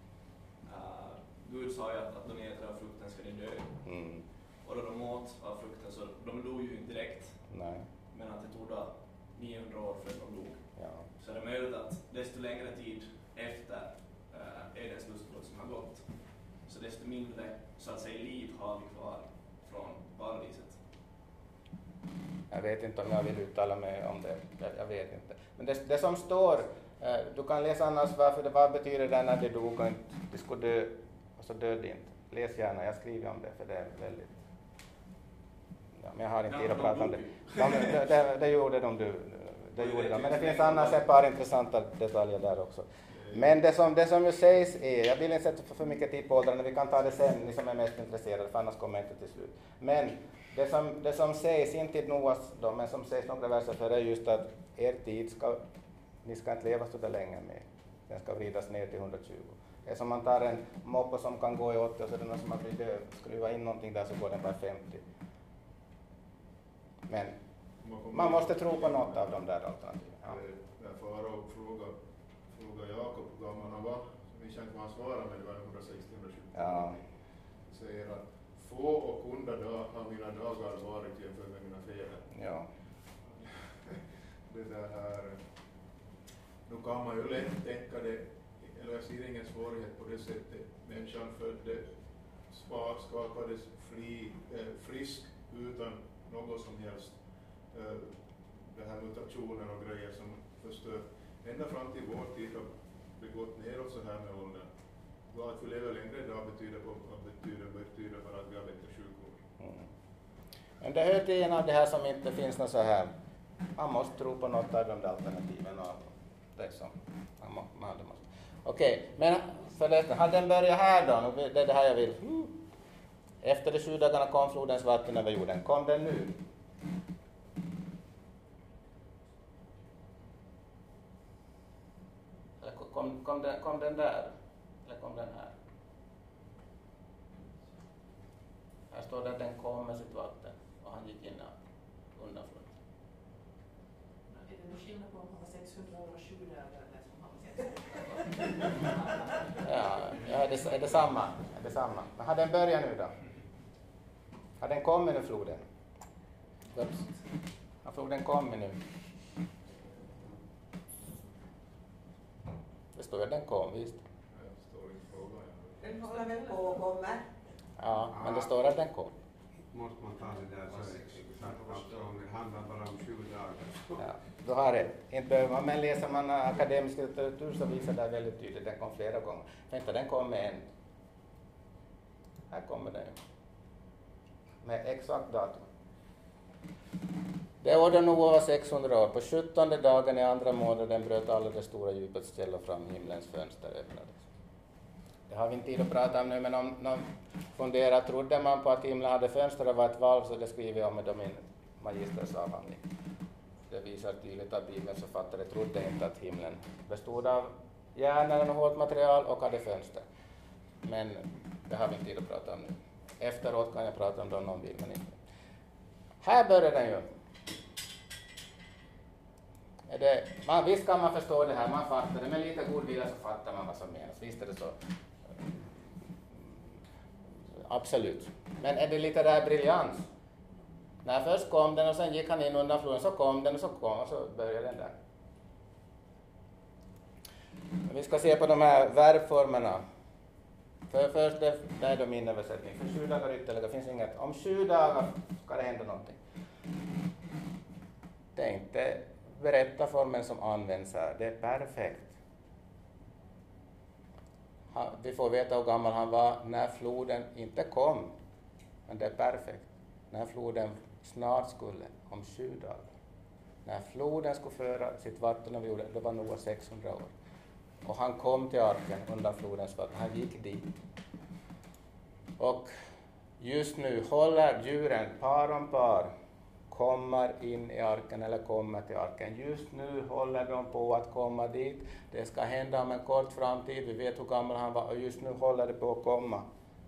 Gud sa ju att de äter av frukten ska de dö. Mm. Och då de åt av frukten så de dog ju inte direkt. Nej. Men att det tog då 900 år för att de dog. Ja. Så är det möjligt att desto längre tid efter Edens lustgård som har gått, så desto mindre så att säga liv har vi kvar från paradiset. Jag vet inte om jag vill uttala mig om det. Jag vet inte. Men det som står, du kan läsa annars vad betyder det när det dog och inte, det skulle dö och så dödde inte. Läs gärna, jag skriver om det för det är väldigt... Ja, men jag har inte tid att prata om det. Det gjorde de. Men det finns annars ett par intressanta detaljer där också. Men det som ju sägs är, jag vill inte sätta för mycket tid på åldrarna, vi kan ta det sen, ni som är mest intresserade, för annars kommer jag inte till slut. Men det som sägs, inte i Noas då, men som sägs några verser för är just att er tid ni ska inte leva så där länge med. Den ska vridas ner till 120. Det är som man tar en moppe som kan gå i 80 och så är det någon som har blivit död. Skruva in någonting där så går den bara 50. Men man måste tro på något av de där alternativen. Ja. När Farao frågade Jakob hur gammal han var, så minns jag inte vad han svarade, men det var 160-170. Ja. Säger att få och onda har mina dagar varit jämfört med mina fäder. Ja. Det där här, nu kan man ju lätt tänka det, eller jag ser ingen svårighet på det sättet. Människan skapades frisk utan något som helst. Det här mutationer och grejer som förstör. Ända fram till vår tid har det gått neråt så här med åldern. Att vi lever längre idag betyder bara att vi har bättre sjukvård. Mm. Men det hör till en av det här som inte finns något så här. Man måste tro på något av de där alternativen och det är som man måste. Okej, men förresten, hade den börjat här då? Det är det här jag vill. Efter de 7 dagarna kom flodens vatten över jorden. Kom den nu? Eller kom den där? Eller kom den här? Här står det att den kom med sitt vatten och han gick in undan floden. Är det någon skillnad på om han var 600 år och 7 dagar eller som han var 600 år? Ja, är det samma? Men har den börjat nu då? Har den kommit nu, floden? Har floden kommit nu? Det står att den kom, visst? Det står i frågan. Den håller väl på och kommer. Ja, men det står att den kom. Måste man ta det där så exakt, om det handlar bara om 20 dagar. Ja, då har det. Inte behöver man, men läser man akademisk litteratur så visar det väldigt tydligt. Den kom flera gånger. Vänta, den kom med en. Här kommer den ju. Med exakt datum. Det år då Noa var 600 år. På 17:e dagen i andra månaden bröt alla det stora djupets källor fram, himlens fönster öppnades. Det har vi inte tid att prata om nu, men om någon funderar, trodde man på att himlen hade fönster och var ett valv, så det skriver jag om i min magistersavhandling. Det visar tydligt att Bibelns författare trodde inte att himlen bestod av järn och hårt material och hade fönster. Men det har vi inte tid att prata om nu. Efteråt kan jag prata om det om någon vill, men inte. Här börjar den ju. Visst kan man förstå det här, man fattar det, men lite god vilja så fattar man vad som menas. Visst är det så. Absolut. Men är det lite där briljans? När först kom den och sen gick han in undan floden, så kom den och så började den där. Vi ska se på de här verbformerna. Först det är då min översättning. För 7 dagar ytterligare finns inget. Om 7 dagar ska det hända någonting. Det är inte berättarformen som används här. Det är perfekt. Vi får veta hur gammal han var när floden inte kom. Men det är perfekt. När floden snart skulle, om 7 dagar. När floden skulle föra sitt vatten över jorden, det var Noa 600 år. Och han kom till arken undan flodens vatten. Han gick dit. Och just nu håller djuren par om par, kommer in i arken eller kommer till arken. Just nu håller de på att komma dit. Det ska hända om en kort framtid. Vi vet hur gammal han var och just nu håller det på att komma.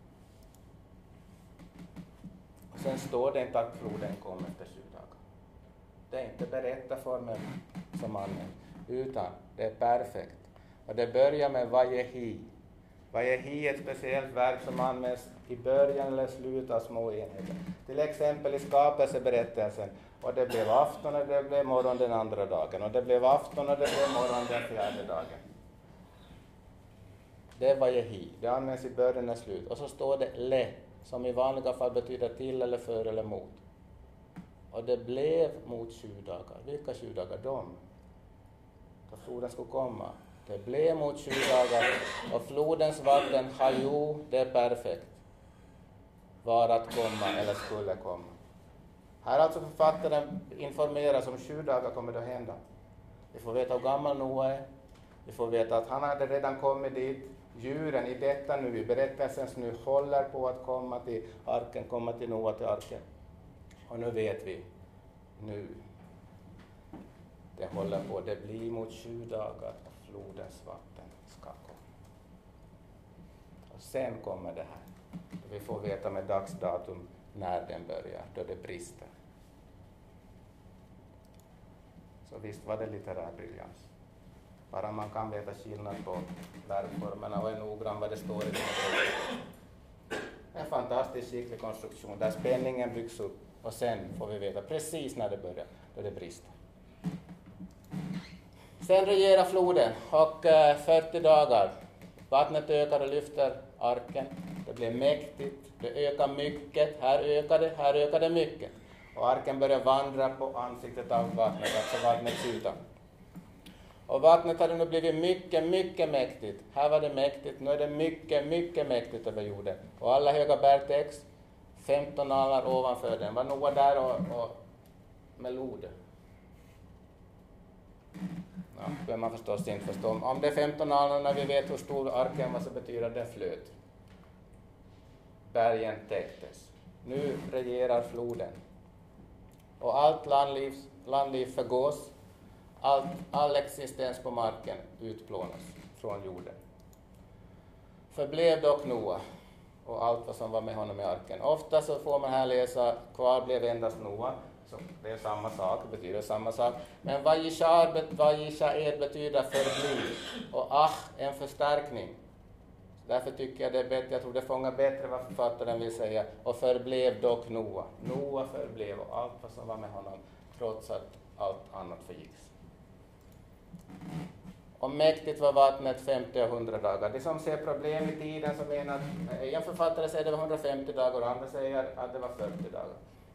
Och sen står det inte att floden kom efter 7 dagar. Det är inte berättarformen som används, utan det är perfekt. Och det börjar med vajehi. Vajehi är ett speciellt verb som används i början eller slutet av små enheter. Till exempel i skapelseberättelsen. Och det blev afton och det blev morgon den andra dagen. Och det blev afton och det blev morgon den 4:e dagen. Det är vajehi. Det används i början och slut. Och så står det le, som i vanliga fall betyder till eller för eller mot. Och det blev mot 7 dagar. Vilka 7 dagar? De. Då floden skulle komma. Det blev mot 20 dagar och flodens vatten har ju, det är perfekt, var att komma eller skulle komma. Här alltså författaren informeras om 7 dagar kommer det att hända. Vi får veta hur gammal Noa är Vi får veta att han hade redan kommit dit. Djuren i detta nu, i berättelsens nu, håller på att komma till arken, komma till Noa till arken. Och nu vet vi, nu, det håller på, det blir mot 20 dagar och flodens vatten ska komma. Och sen kommer det här. Vi får veta med dagsdatum när den börjar, då det brister. Så visst var det litterär briljans. Bara man kan veta skillnad på verbformerna och är noggrann vad det står i den här. En fantastisk skicklig konstruktion där spänningen byggs upp och sen får vi veta precis när det börjar, då det brister. Sen regerar floden och 40 dagar. Vattnet ökar och lyfter arken. Det blir mäktigt, det ökar mycket, här ökar det mycket. Och arken börjar vandra på ansiktet av vattnet, alltså vattnets yta. Och vattnet hade nu blivit mycket, mycket mäktigt. Här var det mäktigt, nu är det mycket, mycket mäktigt över jorden. Och alla höga bergtäcks, 15 alnar ovanför den. Var Noa där och med lod? Ja, det man förstås inte förstå. Om det är 15 alnar, när vi vet hur stor arken var, så betyder det flöt. Bergen täcktes. Nu regerar floden. Och allt landliv förgås. All existens på marken utplånas från jorden. Förblev dock Noa och allt vad som var med honom i arken. Ofta så får man här läsa, kvar blev endast Noa. Så det är samma sak, det betyder samma sak. Men vajisha'ed betyder förbli. Och en förstärkning. Därför tycker jag det är bättre, jag tror det fångar bättre vad författaren vill säga. Och förblev dock Noa. Noa förblev och allt vad som var med honom, trots att allt annat förgicks. Och mäktigt var vattnet 50 och 100 dagar. De som ser problem i tiden som menar att en författare säger det var 150 dagar och andra säger att det var 40 dagar.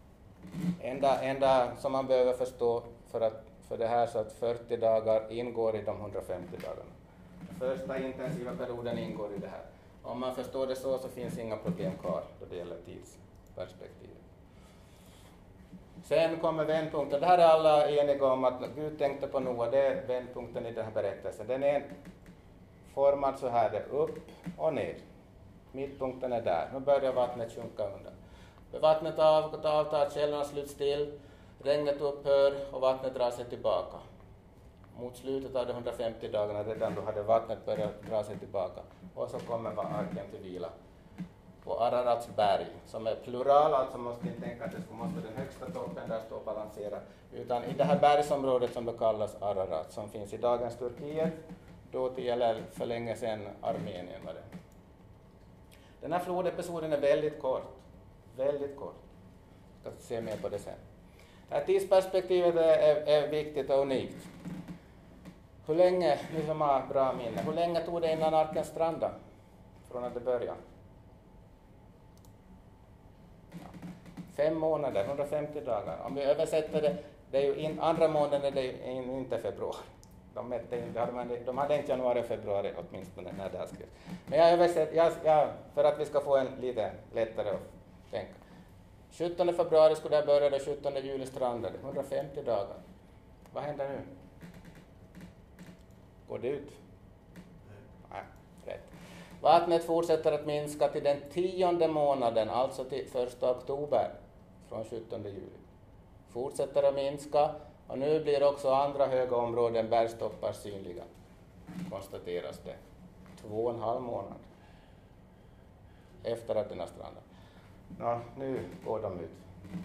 Enda som man behöver förstå för det här så att 40 dagar ingår i de 150 dagarna. Första intensiva perioden ingår i det här. Om man förstår det så finns inga problem kvar då det gäller tidsperspektivet. Sen kommer vändpunkten. Det här är alla eniga om att Gud tänkte på Noa. Det är vändpunkten i den här berättelsen. Den är formad så här, upp och ner. Mittpunkten är där. Nu börjar vattnet sjunka undan. Vattnet avtar, källorna sluts still, regnet upphör och vattnet drar sig tillbaka. Mot slutet av de 150 dagarna redan då hade vattnet börjat dra sig tillbaka. Och så kommer arken till vila på Ararats berg, som är plural, alltså måste inte tänka att det måste den högsta toppen där stå och balansera. Utan i det här bergsområdet som då kallas Ararat, som finns i dagens Turkiet, då till eller för länge sedan Armenien var det. Den här flodepisoden är väldigt kort. Väldigt kort. Jag ska se mer på det sen. Det här tidsperspektivet är viktigt och unikt. Hur länge, ni som har bra minne, hur länge tog det innan arken strandade? Från att det började? 5 månader, 150 dagar. Om vi översätter det, det är ju andra månaden, det är inte februari. De hade inte januari och februari åtminstone när det här skrevs. Men jag översätter, för att vi ska få en lite lättare att tänka. 17 februari skulle det börja, 17 juli strandade, 150 dagar. Vad händer nu? Går det ut? Nej, rätt. Vattnet fortsätter att minska till den 10:e månaden, alltså till 1 oktober från 17 juli. Fortsätter att minska och nu blir också andra höga områden bergstoppar synliga, konstateras det. 2,5 månader efter att den har strandat. Ja, nu går de ut.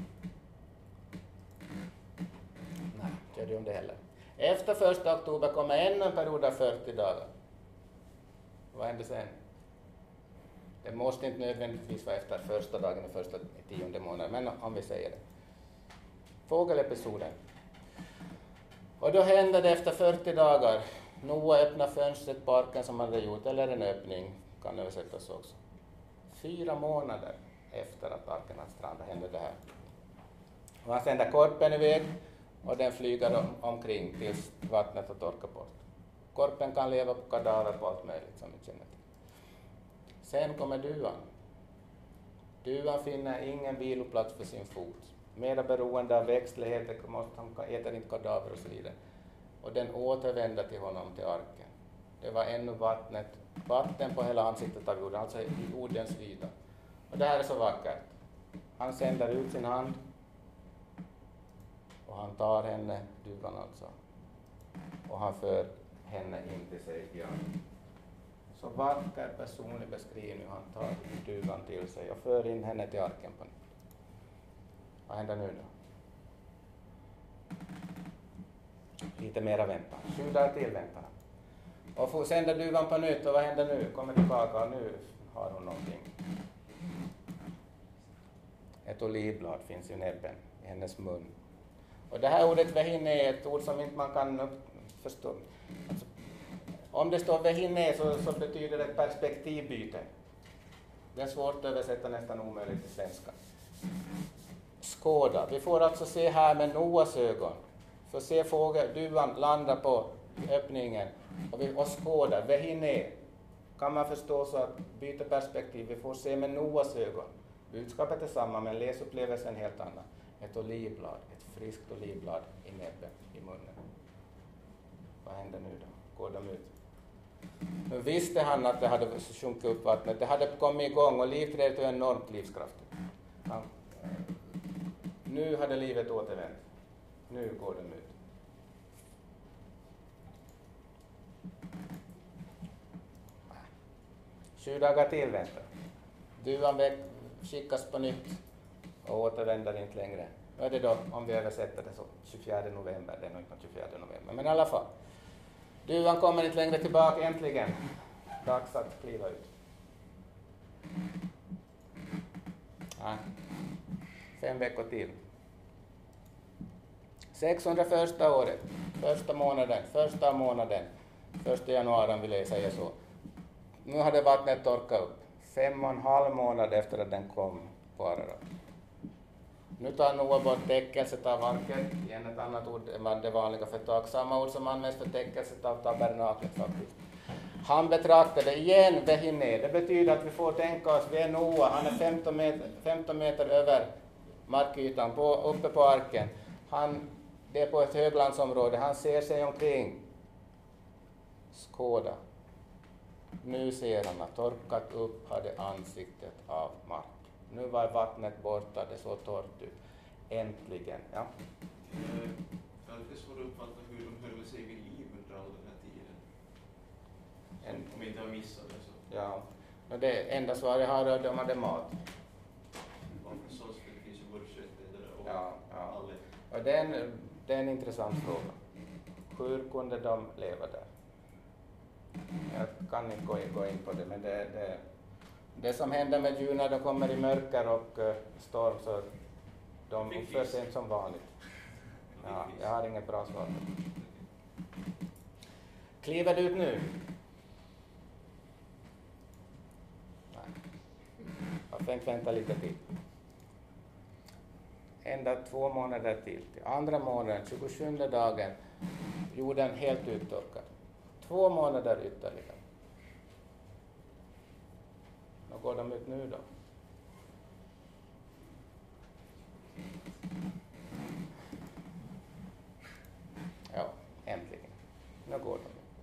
Nej, gör det om det heller. Efter 1 oktober kommer ännu en period av 40 dagar. Vad händer sen? Det måste inte nödvändigtvis vara efter första dagen och första 10:e månaden, men om vi säger det. Fågelepisoden. Och då händer det efter 40 dagar. Noa öppnar fönstret på arken som han hade gjort, eller en öppning kan översättas också. 4 månader efter att arken har strandat händer det här. Och han sänder korpen iväg och den flyger omkring tills vattnet har torkat bort. Korpen kan leva på kadaver på allt möjligt som vi känner till. Sen kommer duvan. Duvan finner ingen viloplats för sin fot. Mera beroende av växtlighet, han äter inte kadaver och så vidare. Och den återvänder till honom, till arken. Det var ännu vatten på hela ansiktet av jorden, alltså i jordens yta. Och det här är så vackert. Han sänder ut sin hand och han tar henne, duvan alltså, och han för henne in till sig igen. Så vacker personlig beskrivning, han tar duvan till sig och för in henne till arken på nytt. Vad händer nu då? Lite mera väntan. 7 dagar till väntar han. Och får sända duvan på nytt, och vad händer nu? Kommer tillbaka och nu har hon någonting. Ett olivblad finns i näbben, i hennes mun. Och det här ordet vehine är ett ord som inte man kan förstå. Alltså, om det står vehine så betyder det perspektivbyte. Det är svårt att översätta, nästan omöjligt till svenska. Skåda. Vi får alltså se här med Noas ögon. Får se duvan landa på öppningen och skåda. Vehine. Kan man förstå så att byta perspektiv. Vi får se med Noas ögon. Budskapet är samma, men läsupplevelsen är helt annan. Ett olivblad, ett friskt olivblad i näbben, i munnen. Vad händer nu då? Går de ut? Nu visste han att det hade sjunkit upp vattnet. Det hade kommit igång och livträdet är enormt livskraftigt. Nu hade livet återvänt. Nu går de ut. Nej. 7 dagar till väntar. Duvan skickas på nytt och återvänder inte längre. Nu är det då, om vi översätter det så, 24 november. Det är nog inte 24 november, men i alla fall. Duvan kommer inte längre tillbaka, äntligen. Dags att kliva ut. Ja. 5 veckor till. 601 året, första månaden, 1 januari vill jag säga så. Nu hade vattnet torkat upp. 5,5 månader efter att den kom på Ararat. Nu tar Noa bort täckelset av arken, igen ett annat ord än det vanliga för tak. Samma ord som används för täckelset av tabernaklet faktiskt. Han betraktade igen vehine. Det betyder att vi får tänka oss, vi är Noa, han är 15 meter över markytan, uppe på arken. Det är på ett höglandsområde, han ser sig omkring. Skåda. Nu ser han att torkat upp hade ansiktet av mark. Nu var vattnet borta, det såg torrt ut. Äntligen, ja. Jag har lite svårt att uppfatta hur de höll sig vid liv under all den här tiden. Om inte jag missade det så. Ja, och det enda svaret jag har är att de hade mat. Varför sås? Det finns ju både kött och Ja. alla. Och det är en intressant fråga. Hur kunde de leva där? Jag kan inte gå in på det, men det som händer med djur när de kommer i mörker och storm, så de uppför sig inte som vanligt. Ja, jag har inget bra svar. Kliver du ut nu? Nej. Jag får vänta lite till. Ända 2 månader till. Andra månaden, 27 dagen, jorden helt uttorkad. 2 månader ytterligare. Då går de ut nu då. Ja, äntligen. Nu går de ut.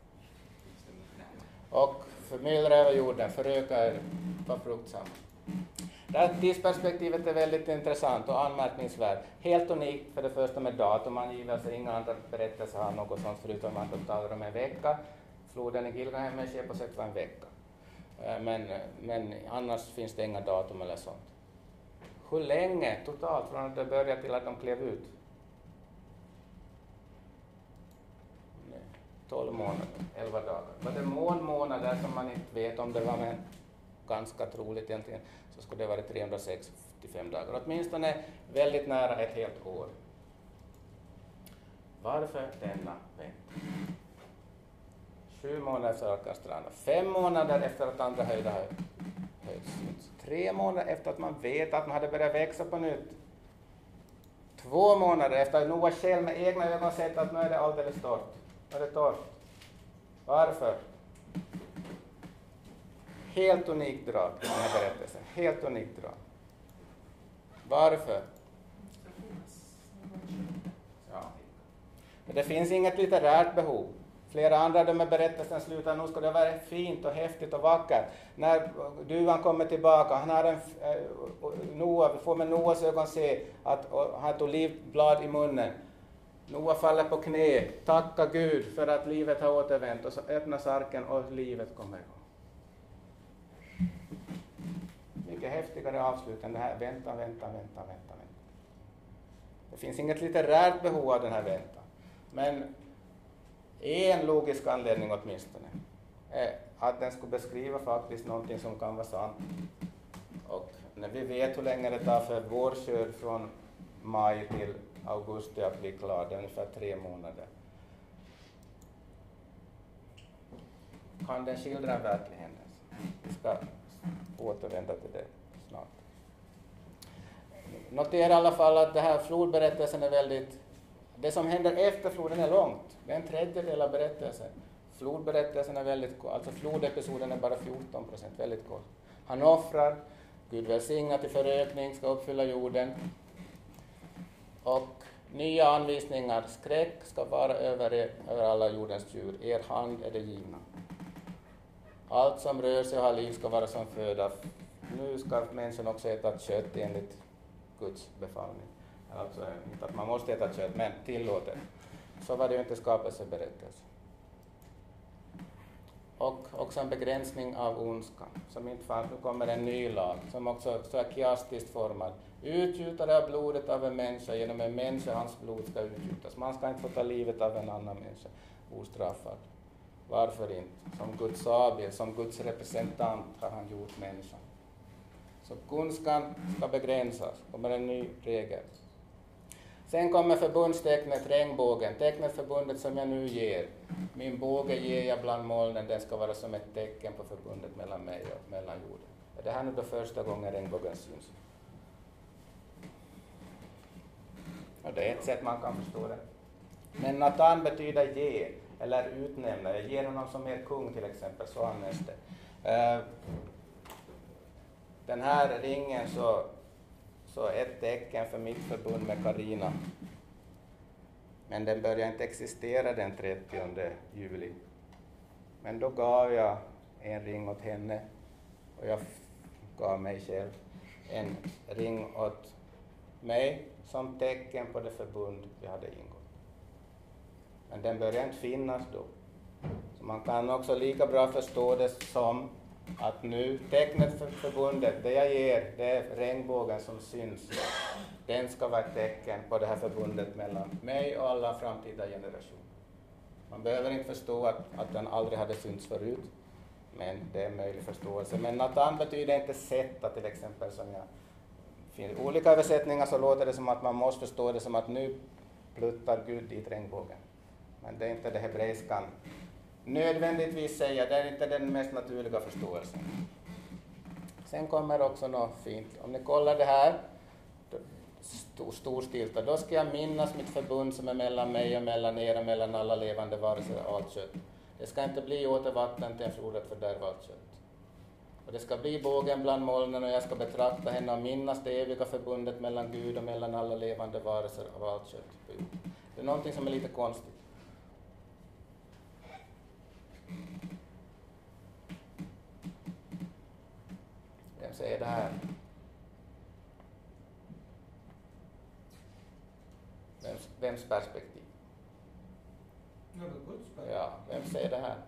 Och förmyllra över jorden, föröka var fruktsam. Det här tidsperspektivet är väldigt intressant och anmärkningsvärt. Helt unikt för det första med datumangivelse. Inga andra berättelser har något sånt förutom att de talar om en vecka. Floden i Gilgamesh sker på sätt var en vecka. Men annars finns det inga datum eller sånt. Hur länge totalt från att det började till att de klev ut? 12 månader, 11 dagar. Var det månader som man inte vet om det var, men ganska troligt egentligen, så skulle det vara 365 dagar. Åtminstone väldigt nära ett helt år. Varför denna väntan? 7 månader efter Arkastranda, 5 månader efter att andra höjda höjts, 3 månader efter att man vet att man hade börjat växa på nytt, 2 månader efter att Noa själv med egna ögon sett att nu är det alldeles torrt. Nu är det torrt. Varför? Helt unikt drag i den här berättelsen. Helt unikt drag. Varför? Ja. Men det finns inget litterärt behov. Flera andra de här berättelsen slutar, nu ska det vara fint och häftigt och vackert. När duvan kommer tillbaka, han har Noa, vi får med Noas ögon se att han har ett olivblad i munnen. Noa faller på knä, tackar Gud för att livet har återvänt, och så öppnas arken och livet kommer igång. Mycket häftigare avslut än det här vänta. Det finns inget litterärt behov av den här väntan. Men en logisk anledning åtminstone är att den skulle beskriva faktiskt någonting som kan vara sant. Och när vi vet hur länge det tar för vårskörd från maj till augusti att bli klar, det är ungefär 3 månader. Kan den skildra en verklig händelse? Vi ska återvända till det snart. Notera i alla fall att det här flodberättelsen är väldigt... Det som händer efter floden är långt. Det är en tredjedel av berättelsen. Flodberättelsen är väldigt kort. Alltså flodepisoden är bara 14%, väldigt kort. Han offrar, Gud välsignar till förökning, ska uppfylla jorden. Och nya anvisningar, skräck ska vara över alla jordens djur. Er hand är det givna. Allt som rör sig och har liv ska vara som föda. Nu ska människan också äta kött enligt Guds befallning. Alltså inte att man måste äta kött, men tillåtet. Så var det ju inte skapelseberättelse. Och också en begränsning av ondskan, som inte fanns. Nu kommer en ny lag, som också så är kiastiskt formad. Utgjutare av blodet av en människa, genom en människa hans blod ska utgjutas. Man ska inte få ta livet av en annan människa ostraffad. Varför inte? Som Guds avbild, som Guds representant har han gjort människan. Så ondskan ska begränsas, kommer en ny regel. Sen kommer förbundstecknet, regnbågen, tecknet förbundet som jag nu ger. Min båge ger jag bland molnen, den ska vara som ett tecken på förbundet mellan mig och mellan jorden. Det här är nu då första gången regnbågen syns. Och det är ett sätt man kan förstå det. Men Natan betyder ge, eller utnämna. Jag ger honom som er kung till exempel, så används det. Den här ringen så ett tecken för mitt förbund med Karina. Men den började inte existera den 30 juli. Men då gav jag en ring åt henne och jag gav mig själv en ring åt mig som tecken på det förbund vi hade ingått. Men den började inte finnas då. Så man kan också lika bra förstå det som att nu tecknet för förbundet, det jag ger, det är regnbågen som syns. Den ska vara ett tecken på det här förbundet mellan mig och alla framtida generationer. Man behöver inte förstå att den aldrig hade synts förut, men det är möjlig förståelse. Men Natan betyder inte sätta, till exempel, som jag finner. I olika översättningar så låter det som att man måste förstå det som att nu pluttar Gud dit regnbågen. Men det är inte det hebreiskan nödvändigtvis säga, det är inte den mest naturliga förståelsen. Sen kommer också något fint. Om ni kollar det här, storstilta, då ska jag minnas mitt förbund som är mellan mig och mellan er och mellan alla levande varelser och allt kött. Det ska inte bli återvatten till en flod att fördärva allt kött. Och det ska bli bågen bland molnen och jag ska betrakta henne och minnas det eviga förbundet mellan Gud och mellan alla levande varelser av allt kött på jorden. Det är någonting som är lite konstigt. Vem säger det här? Vems perspektiv? Guds perspektiv. Ja, vem säger det här?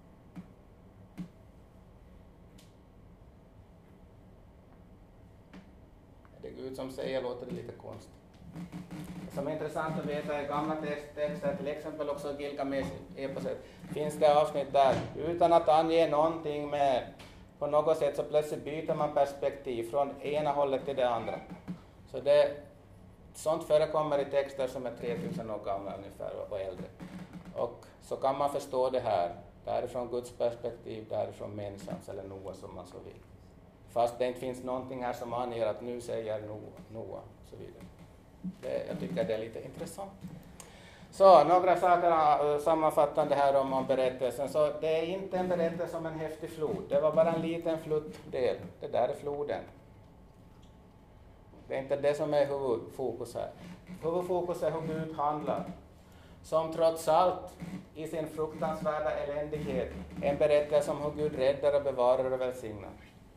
Är det Gud som säger, låter det lite konstigt. Det som är intressant att veta i gamla texter, till exempel också Gilgamesh-eposet, finns det avsnitt där utan att ange någonting med på något sätt så plötsligt byter man perspektiv från ena hållet till det andra. Så sånt förekommer i texter som är 3000 år gamla ungefär och äldre. Och så kan man förstå det här. Därifrån Guds perspektiv, därifrån människans eller Noa som man så vill. Fast det inte finns någonting här som anger att nu säger Noa och så vidare. Jag tycker det är lite intressant. Så, några saker sammanfattande här om berättelsen. Så det är inte en berättelse om en häftig flod. Det var bara en liten fluttdel. Det där är floden. Det är inte det som är huvudfokus här. Huvudfokus är hur Gud handlar. Som trots allt i sin fruktansvärda eländighet en berättelse om hur Gud räddar och bevarar och välsignar.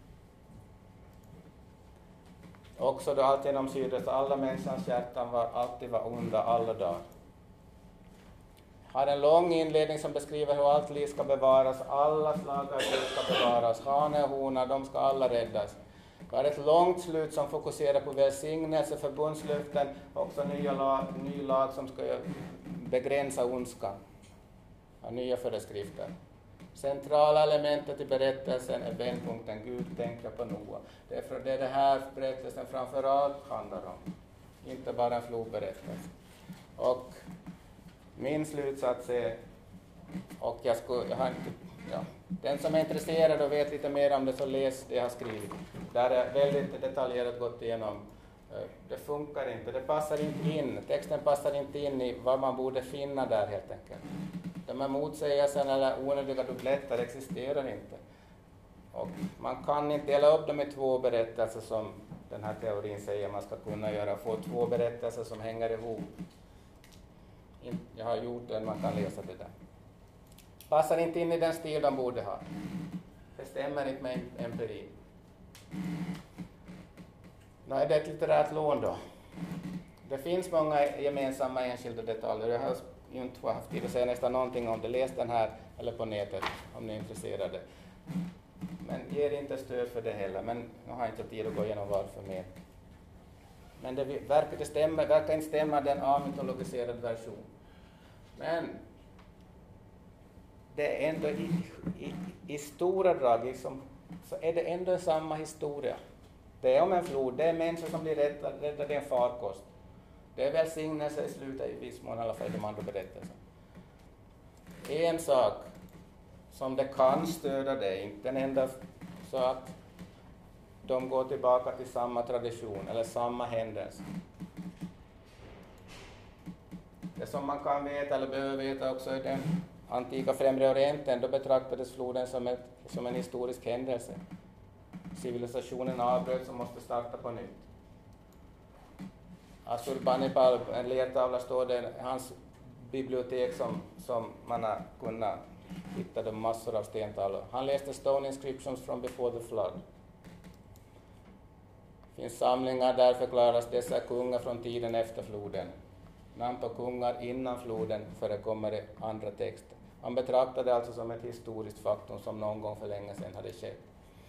Också då allt genomsyrades, alla människans hjärtan alltid var onda alla dagar. Har en lång inledning som beskriver hur allt liv ska bevaras, alla slag av liv ska bevaras, hane och hona, de ska alla räddas. Vi har ett långt slut som fokuserar på välsignelse, förbundslöften, också ny lag som ska begränsa ondskan. Ja, nya föreskrifter. Centrala elementet i berättelsen är vändpunkten, Gud tänker på Noa. Det är det här berättelsen framförallt handlar om. Inte bara en flodberättelse. Och min slutsats är, och den som är intresserad och vet lite mer om det så läs det jag har skrivit. Där är väldigt detaljerat gått igenom. Det funkar inte, det passar inte in. Texten passar inte in i vad man borde finna där helt enkelt. De här motsägelserna eller onödiga dubbletter existerar inte. Och man kan inte dela upp dem i två berättelser som den här teorin säger man ska kunna göra. Få två berättelser som hänger ihop. Jag har gjort det, man kan läsa det där. Passar inte in i den stil de borde ha. Det stämmer inte med empiri. Nu är det ett litterärt lån då. Det finns många gemensamma enskilda detaljer. Jag har inte haft tid att säga nästan någonting om det. Läs den här eller på nätet om ni är intresserade. Men ger inte stöd för det heller. Men jag har inte tid att gå igenom varför mer. Men det verkar inte stämma den avmytologiserade version. Men det är ändå i stora drag så är det ändå samma historia. Det är om en flod, det är människor som blir räddade, det är en farkost. Det är välsignelse i slutet i viss mån i alla fall i de andra berättelserna. En sak som det kan stödja det, inte den enda, så att de går tillbaka till samma tradition eller samma händelse. Det som man kan veta eller behöver veta också i den antika Främre Orienten, då betraktades floden som en historisk händelse. Civilisationen avbröts och måste starta på nytt. Assurbanipal, en lertavla, står det i hans bibliotek som man har kunnat hitta massor av stentavlor. Han läste Stone Inscriptions from before the flood. Det finns samlingar där förklaras dessa kungar från tiden efter floden. Namn på kungar innan floden förekommer i andra texter. Han betraktade det alltså som ett historiskt faktum som någon gång för länge sedan hade skett.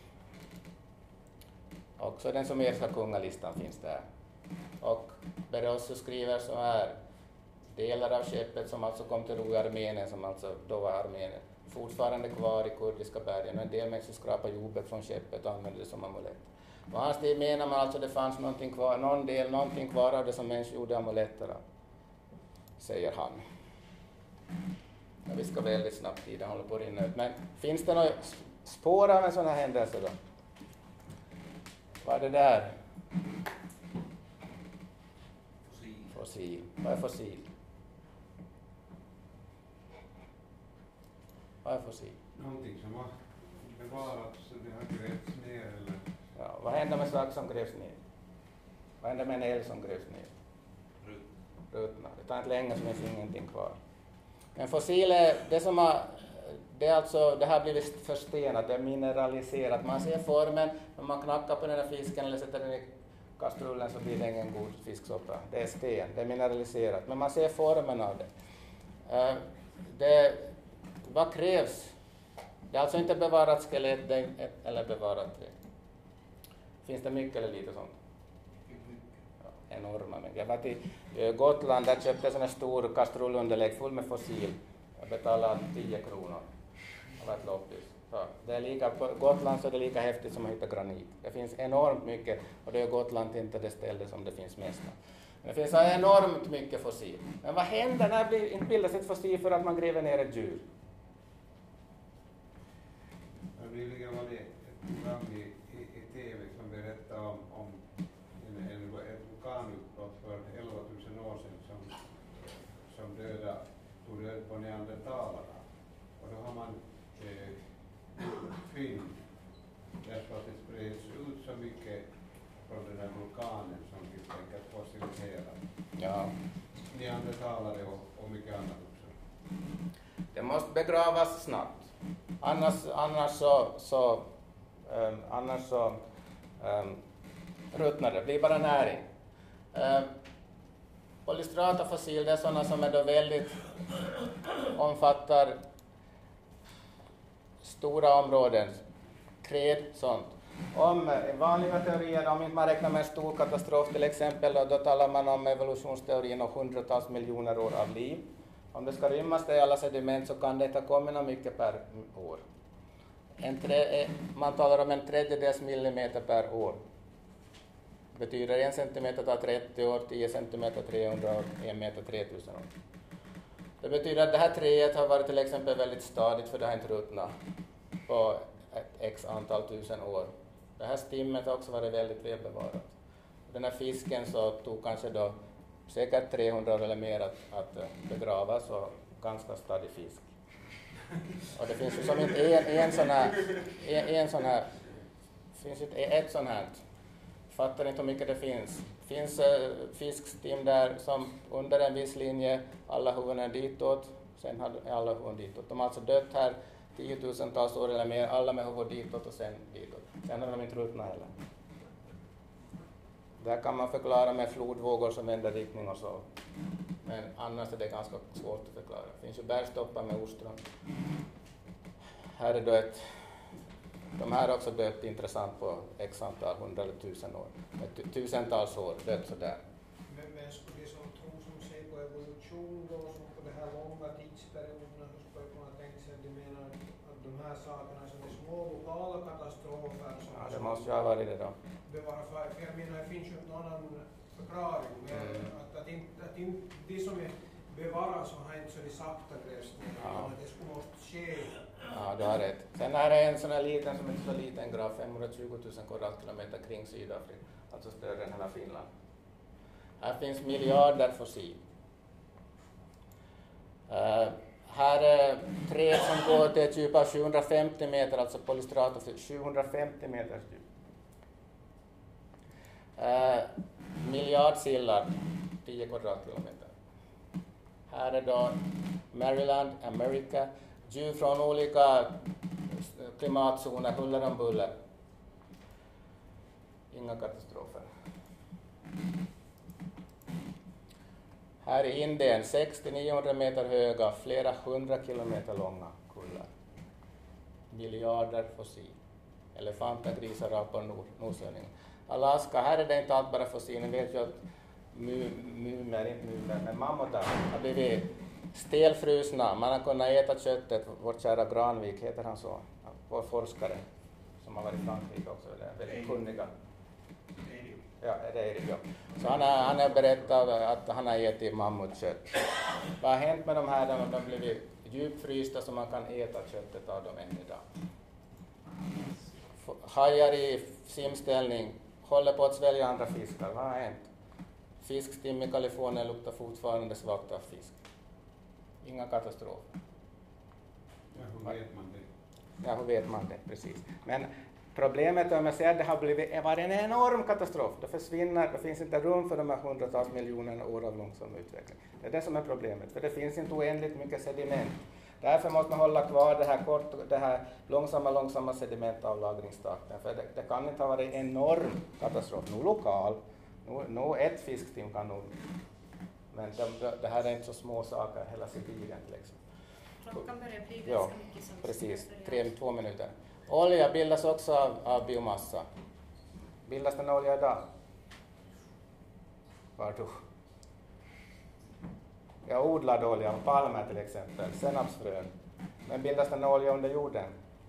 Också den sumeriska kungalistan finns där. Och Berosso skriver så här: delar av skeppet som alltså kom till ro i Armenien, som alltså då var Armenien, fortfarande kvar i kurdiska bergen, och en del människor skrapade jordbäck från skeppet och använde det som amulett. Och hans tid menar man alltså det fanns någonting kvar av det som människor gjorde amuletter av, säger han. Ja, vi ska väldigt snabbt, tiden håller på att rinna ut. Men finns det några spår av en sån här händelse då? Vad är det där? Fossil. Vad är fossil? Vad är fossil? Någonting som har bevarats så det har grävts ner eller... Ja, vad händer med saker som grävs ner? Vad händer med en eld som grävs ner? Ruttnar. Det tar inte länge så finns ingenting kvar. Men fossil är det som har... Det har blivit förstenat, det är mineraliserat. Man ser formen, när man knackar på den här fisken eller sätter den i kastrullen så blir det ingen god fisksoppa. Det är sten, det är mineraliserat. Men man ser formen av det. Vad krävs? Det är alltså inte bevarat skelett eller bevarat trä. Finns det mycket eller lite sånt? Ja, enorma mängder. Jag var till Gotland, där köpte jag en stor kastrullunderlägg full med fossil. Jag betalade 10 kronor. Av ett loppis. Det är på Gotland så är det lika häftigt som att hitta granit. Det finns enormt mycket, och det är Gotland inte det ställe som det finns mest. Det finns enormt mycket fossil. Men vad händer när det bildas ett fossil för att man gräver ner ett djur? Nyligen var det ett program i TV som berättade om ett vulkanutbrott för 11 000 år sedan som tog död på neandertalarna. Och då har man fynd därför att det spreds ut så mycket från den där vulkanen som helt enkelt fossiliserar. Ja. Neandertalare och mycket annat också. måste begravas snabbt. Annars så ruttnar det, blir bara näring. Polystrata fossil, det är sådana som är då väldigt omfattar stora områden, träd, sånt. Om vanliga teorier, om inte man räknar med en stor katastrof till exempel, då talar man om evolutionsteorin och hundratals miljoner år av liv. Om det ska rymmas det i alla sediment så kan det inte komma mycket per år. Man talar om 1/30 millimeter per år. Det betyder 1 centimeter tar 30 år, 10 centimeter 300 år, 1 meter 3000 år. Det betyder att det här träet har varit till exempel väldigt stadigt för det har inte ruttnat på ett x antal tusen år. Det här stimmet har också varit väldigt välbevarat. Den här fisken så tog kanske då säkert 300 år eller mer att begravas och ganska stadig fisk. Och det finns ju som inte en sån här, finns inte ett sån här. Fattar inte hur mycket det finns. Det finns fiskstim där som under en viss linje, alla huvuden ditåt, sen har alla huvuden ditåt. De har alltså dött här 10 000-tals år eller mer, alla med huvud ditåt och sen ditåt. Sen har de inte ruttnat heller. Där kan man förklara med flodvågor som vänder riktning och så. Men annars är det ganska svårt att förklara. Det finns ju bergstoppar med ostron. Här är då de här har också dött intressant på x antal 100 eller 1000 år. Med tusentals år dött sådär. Men skulle de som tror som ser på evolution då, som på de här långa tidsperioderna, så skulle jag kunna tänka sig att de menar att de här sakerna som är små lokala katastrofer som Ja, det måste ju ha varit det då. Bevara för jag menar, det finns ju inte någon annan förklaring. Att inte de som är bevaras så har inte så de sakta grävs ner, utan att det skulle måste ske. Ja, du har rätt. Sen här är en sån här liten, som inte så liten graf, 520 000 kvadratkilometer kring Sydafrika, alltså större än hela Finland. Här finns miljarder fossil. Här är träd som går till ett djup av 750 meter, alltså polystrata 750 meters djup. Miljardsillar, 10 kvadratkilometer. Här är då Maryland, Amerika, djur från olika klimatzoner, huller om buller. Inga katastrofer. Här i Indien, 600-900 meter höga, flera 100 kilometer långa kullar. Miljarder fossil. Elefanter, grisar, apor, noshörningar. Alaska, här är det inte allt bara fossil. Ni vet ju att men mammutar har blivit stelfrusna. Man har kunnat äta köttet. Vår kära Granvik, heter han så? Vår forskare som har varit i Frankrike också. Det är väldigt kunniga. Ja, det är Erik, ja. Så han har berättat att han har ätit mammutkött. Vad har hänt med de här? De har blivit djupfrysta så man kan äta köttet av dem än idag. Hajar i simställning håller på att svälja andra fiskar. Vad har hänt? Fiskstim i Kalifornien luktar fortfarande svagt av fisk. Inga katastrofer. Ja, hur vet man det? Ja, hur vet man det? Precis. Men problemet är att man säger att det har varit en enorm katastrof. Det försvinner, det finns inte rum för de här hundratals miljonerna år av långsam utveckling. Det är det som är problemet, för det finns inte oändligt mycket sediment. Därför måste man hålla kvar det här långsamma sedimentavlagringstakten. För det kan inte ha varit en enorm katastrof, nog lokal. Nog ett fiskstim kan nog, men det här är inte så små saker, hela Sibirien till exempel. Klockan börjar bli Ja, ganska mycket som precis. skriver. 2 minuter. Olja bildas också av biomassa. Bildas den olja idag? Var du? Jag odlade olja, palmer till exempel, senapsfrön. Men bildas den olja under jorden?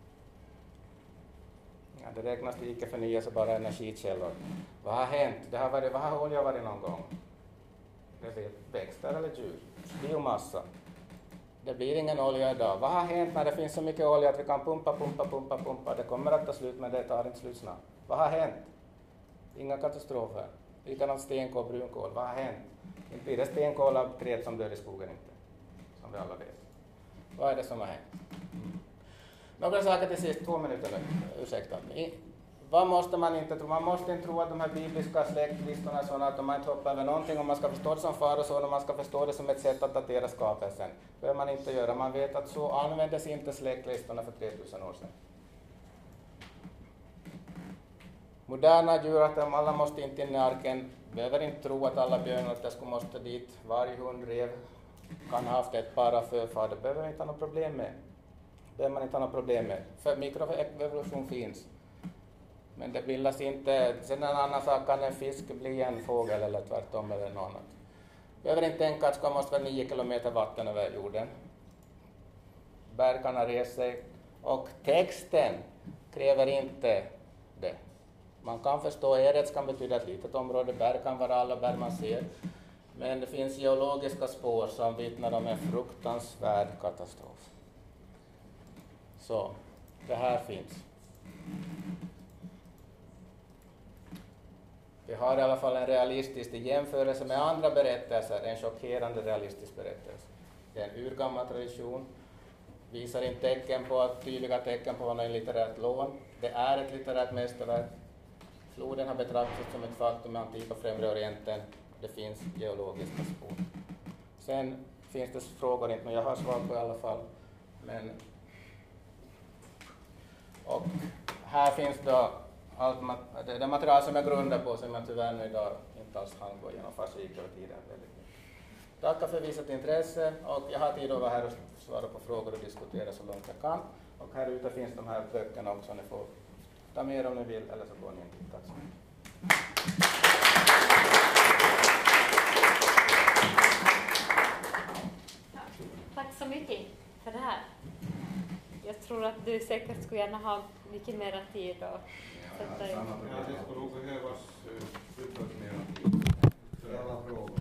Ja, det räknas till icke förnyelsebara energikällor. Vad har hänt? Vad har olja varit någon gång? Det är växter eller djur? Biomassa. Det blir ingen olja idag. Vad har hänt när det finns så mycket olja att vi kan pumpa? Det kommer att ta slut, men det tar inte slut snabbt. Vad har hänt? Inga katastrofer. Likadant stenkol, brunkol. Vad har hänt? Inte blir det stenkol av träd som dör i skogen inte. Som vi alla vet. Vad är det som har hänt? Några saker till sist, 2 minuter nu. Ursäkta. vad måste man inte tro? Man måste inte tro att de här bibliska släktlistorna är sådana att man inte hoppar över någonting, om man ska förstå det som far och son, och man ska förstå det som ett sätt att datera skapelsen. Det behöver man inte göra. Man vet att så användes inte släktlistorna för 3000 år sedan. Moderna djur, att de alla måste inte in i arken, behöver inte tro att alla björnar att det måste dit. Varje hund, rev kan ha haft ett par av förfäder. Det behöver man inte ha något problem med. Behöver man inte ha något problem med. För mikroevolution finns. Men det bildas inte, sen en annan sak, kan en fisk bli en fågel eller tvärtom eller något annat. Behöver inte tänka att det måste vara 9 kilometer vatten över jorden. Berg kan ha rest sig. Och texten kräver inte det. Man kan förstå, Erets kan betyda ett litet område, berg kan vara alla berg man ser. Men det finns geologiska spår som vittnar om en fruktansvärd katastrof. Så, det här finns. Vi har i alla fall en realistisk jämförelse med andra berättelser, en chockerande realistisk berättelse. Det är en urgammal tradition, visar inte tydliga tecken på någon litterärt lån. Det är ett litterärt mästerverk. Floden har betraktats som ett faktum i antika Främre Orienten. Det finns geologiska spår. Sen finns det frågor, inte, men jag har svar på i alla fall. Och här finns då det material som jag grundar på, som jag tyvärr nu idag inte alls hann gå igenom, fast jag gick över tiden väldigt mycket. Tackar för visat intresse, och jag har tid att vara här och svara på frågor och diskutera så långt jag kan. Och här ute finns de här böckerna också, ni får ta med om ni vill, eller så går ni in. Tack så mycket. Tack så mycket för det här. Jag tror att du säkert skulle gärna ha mycket mer tid att sätta in. Ja, det skulle nog behövas mer tid för alla frågor.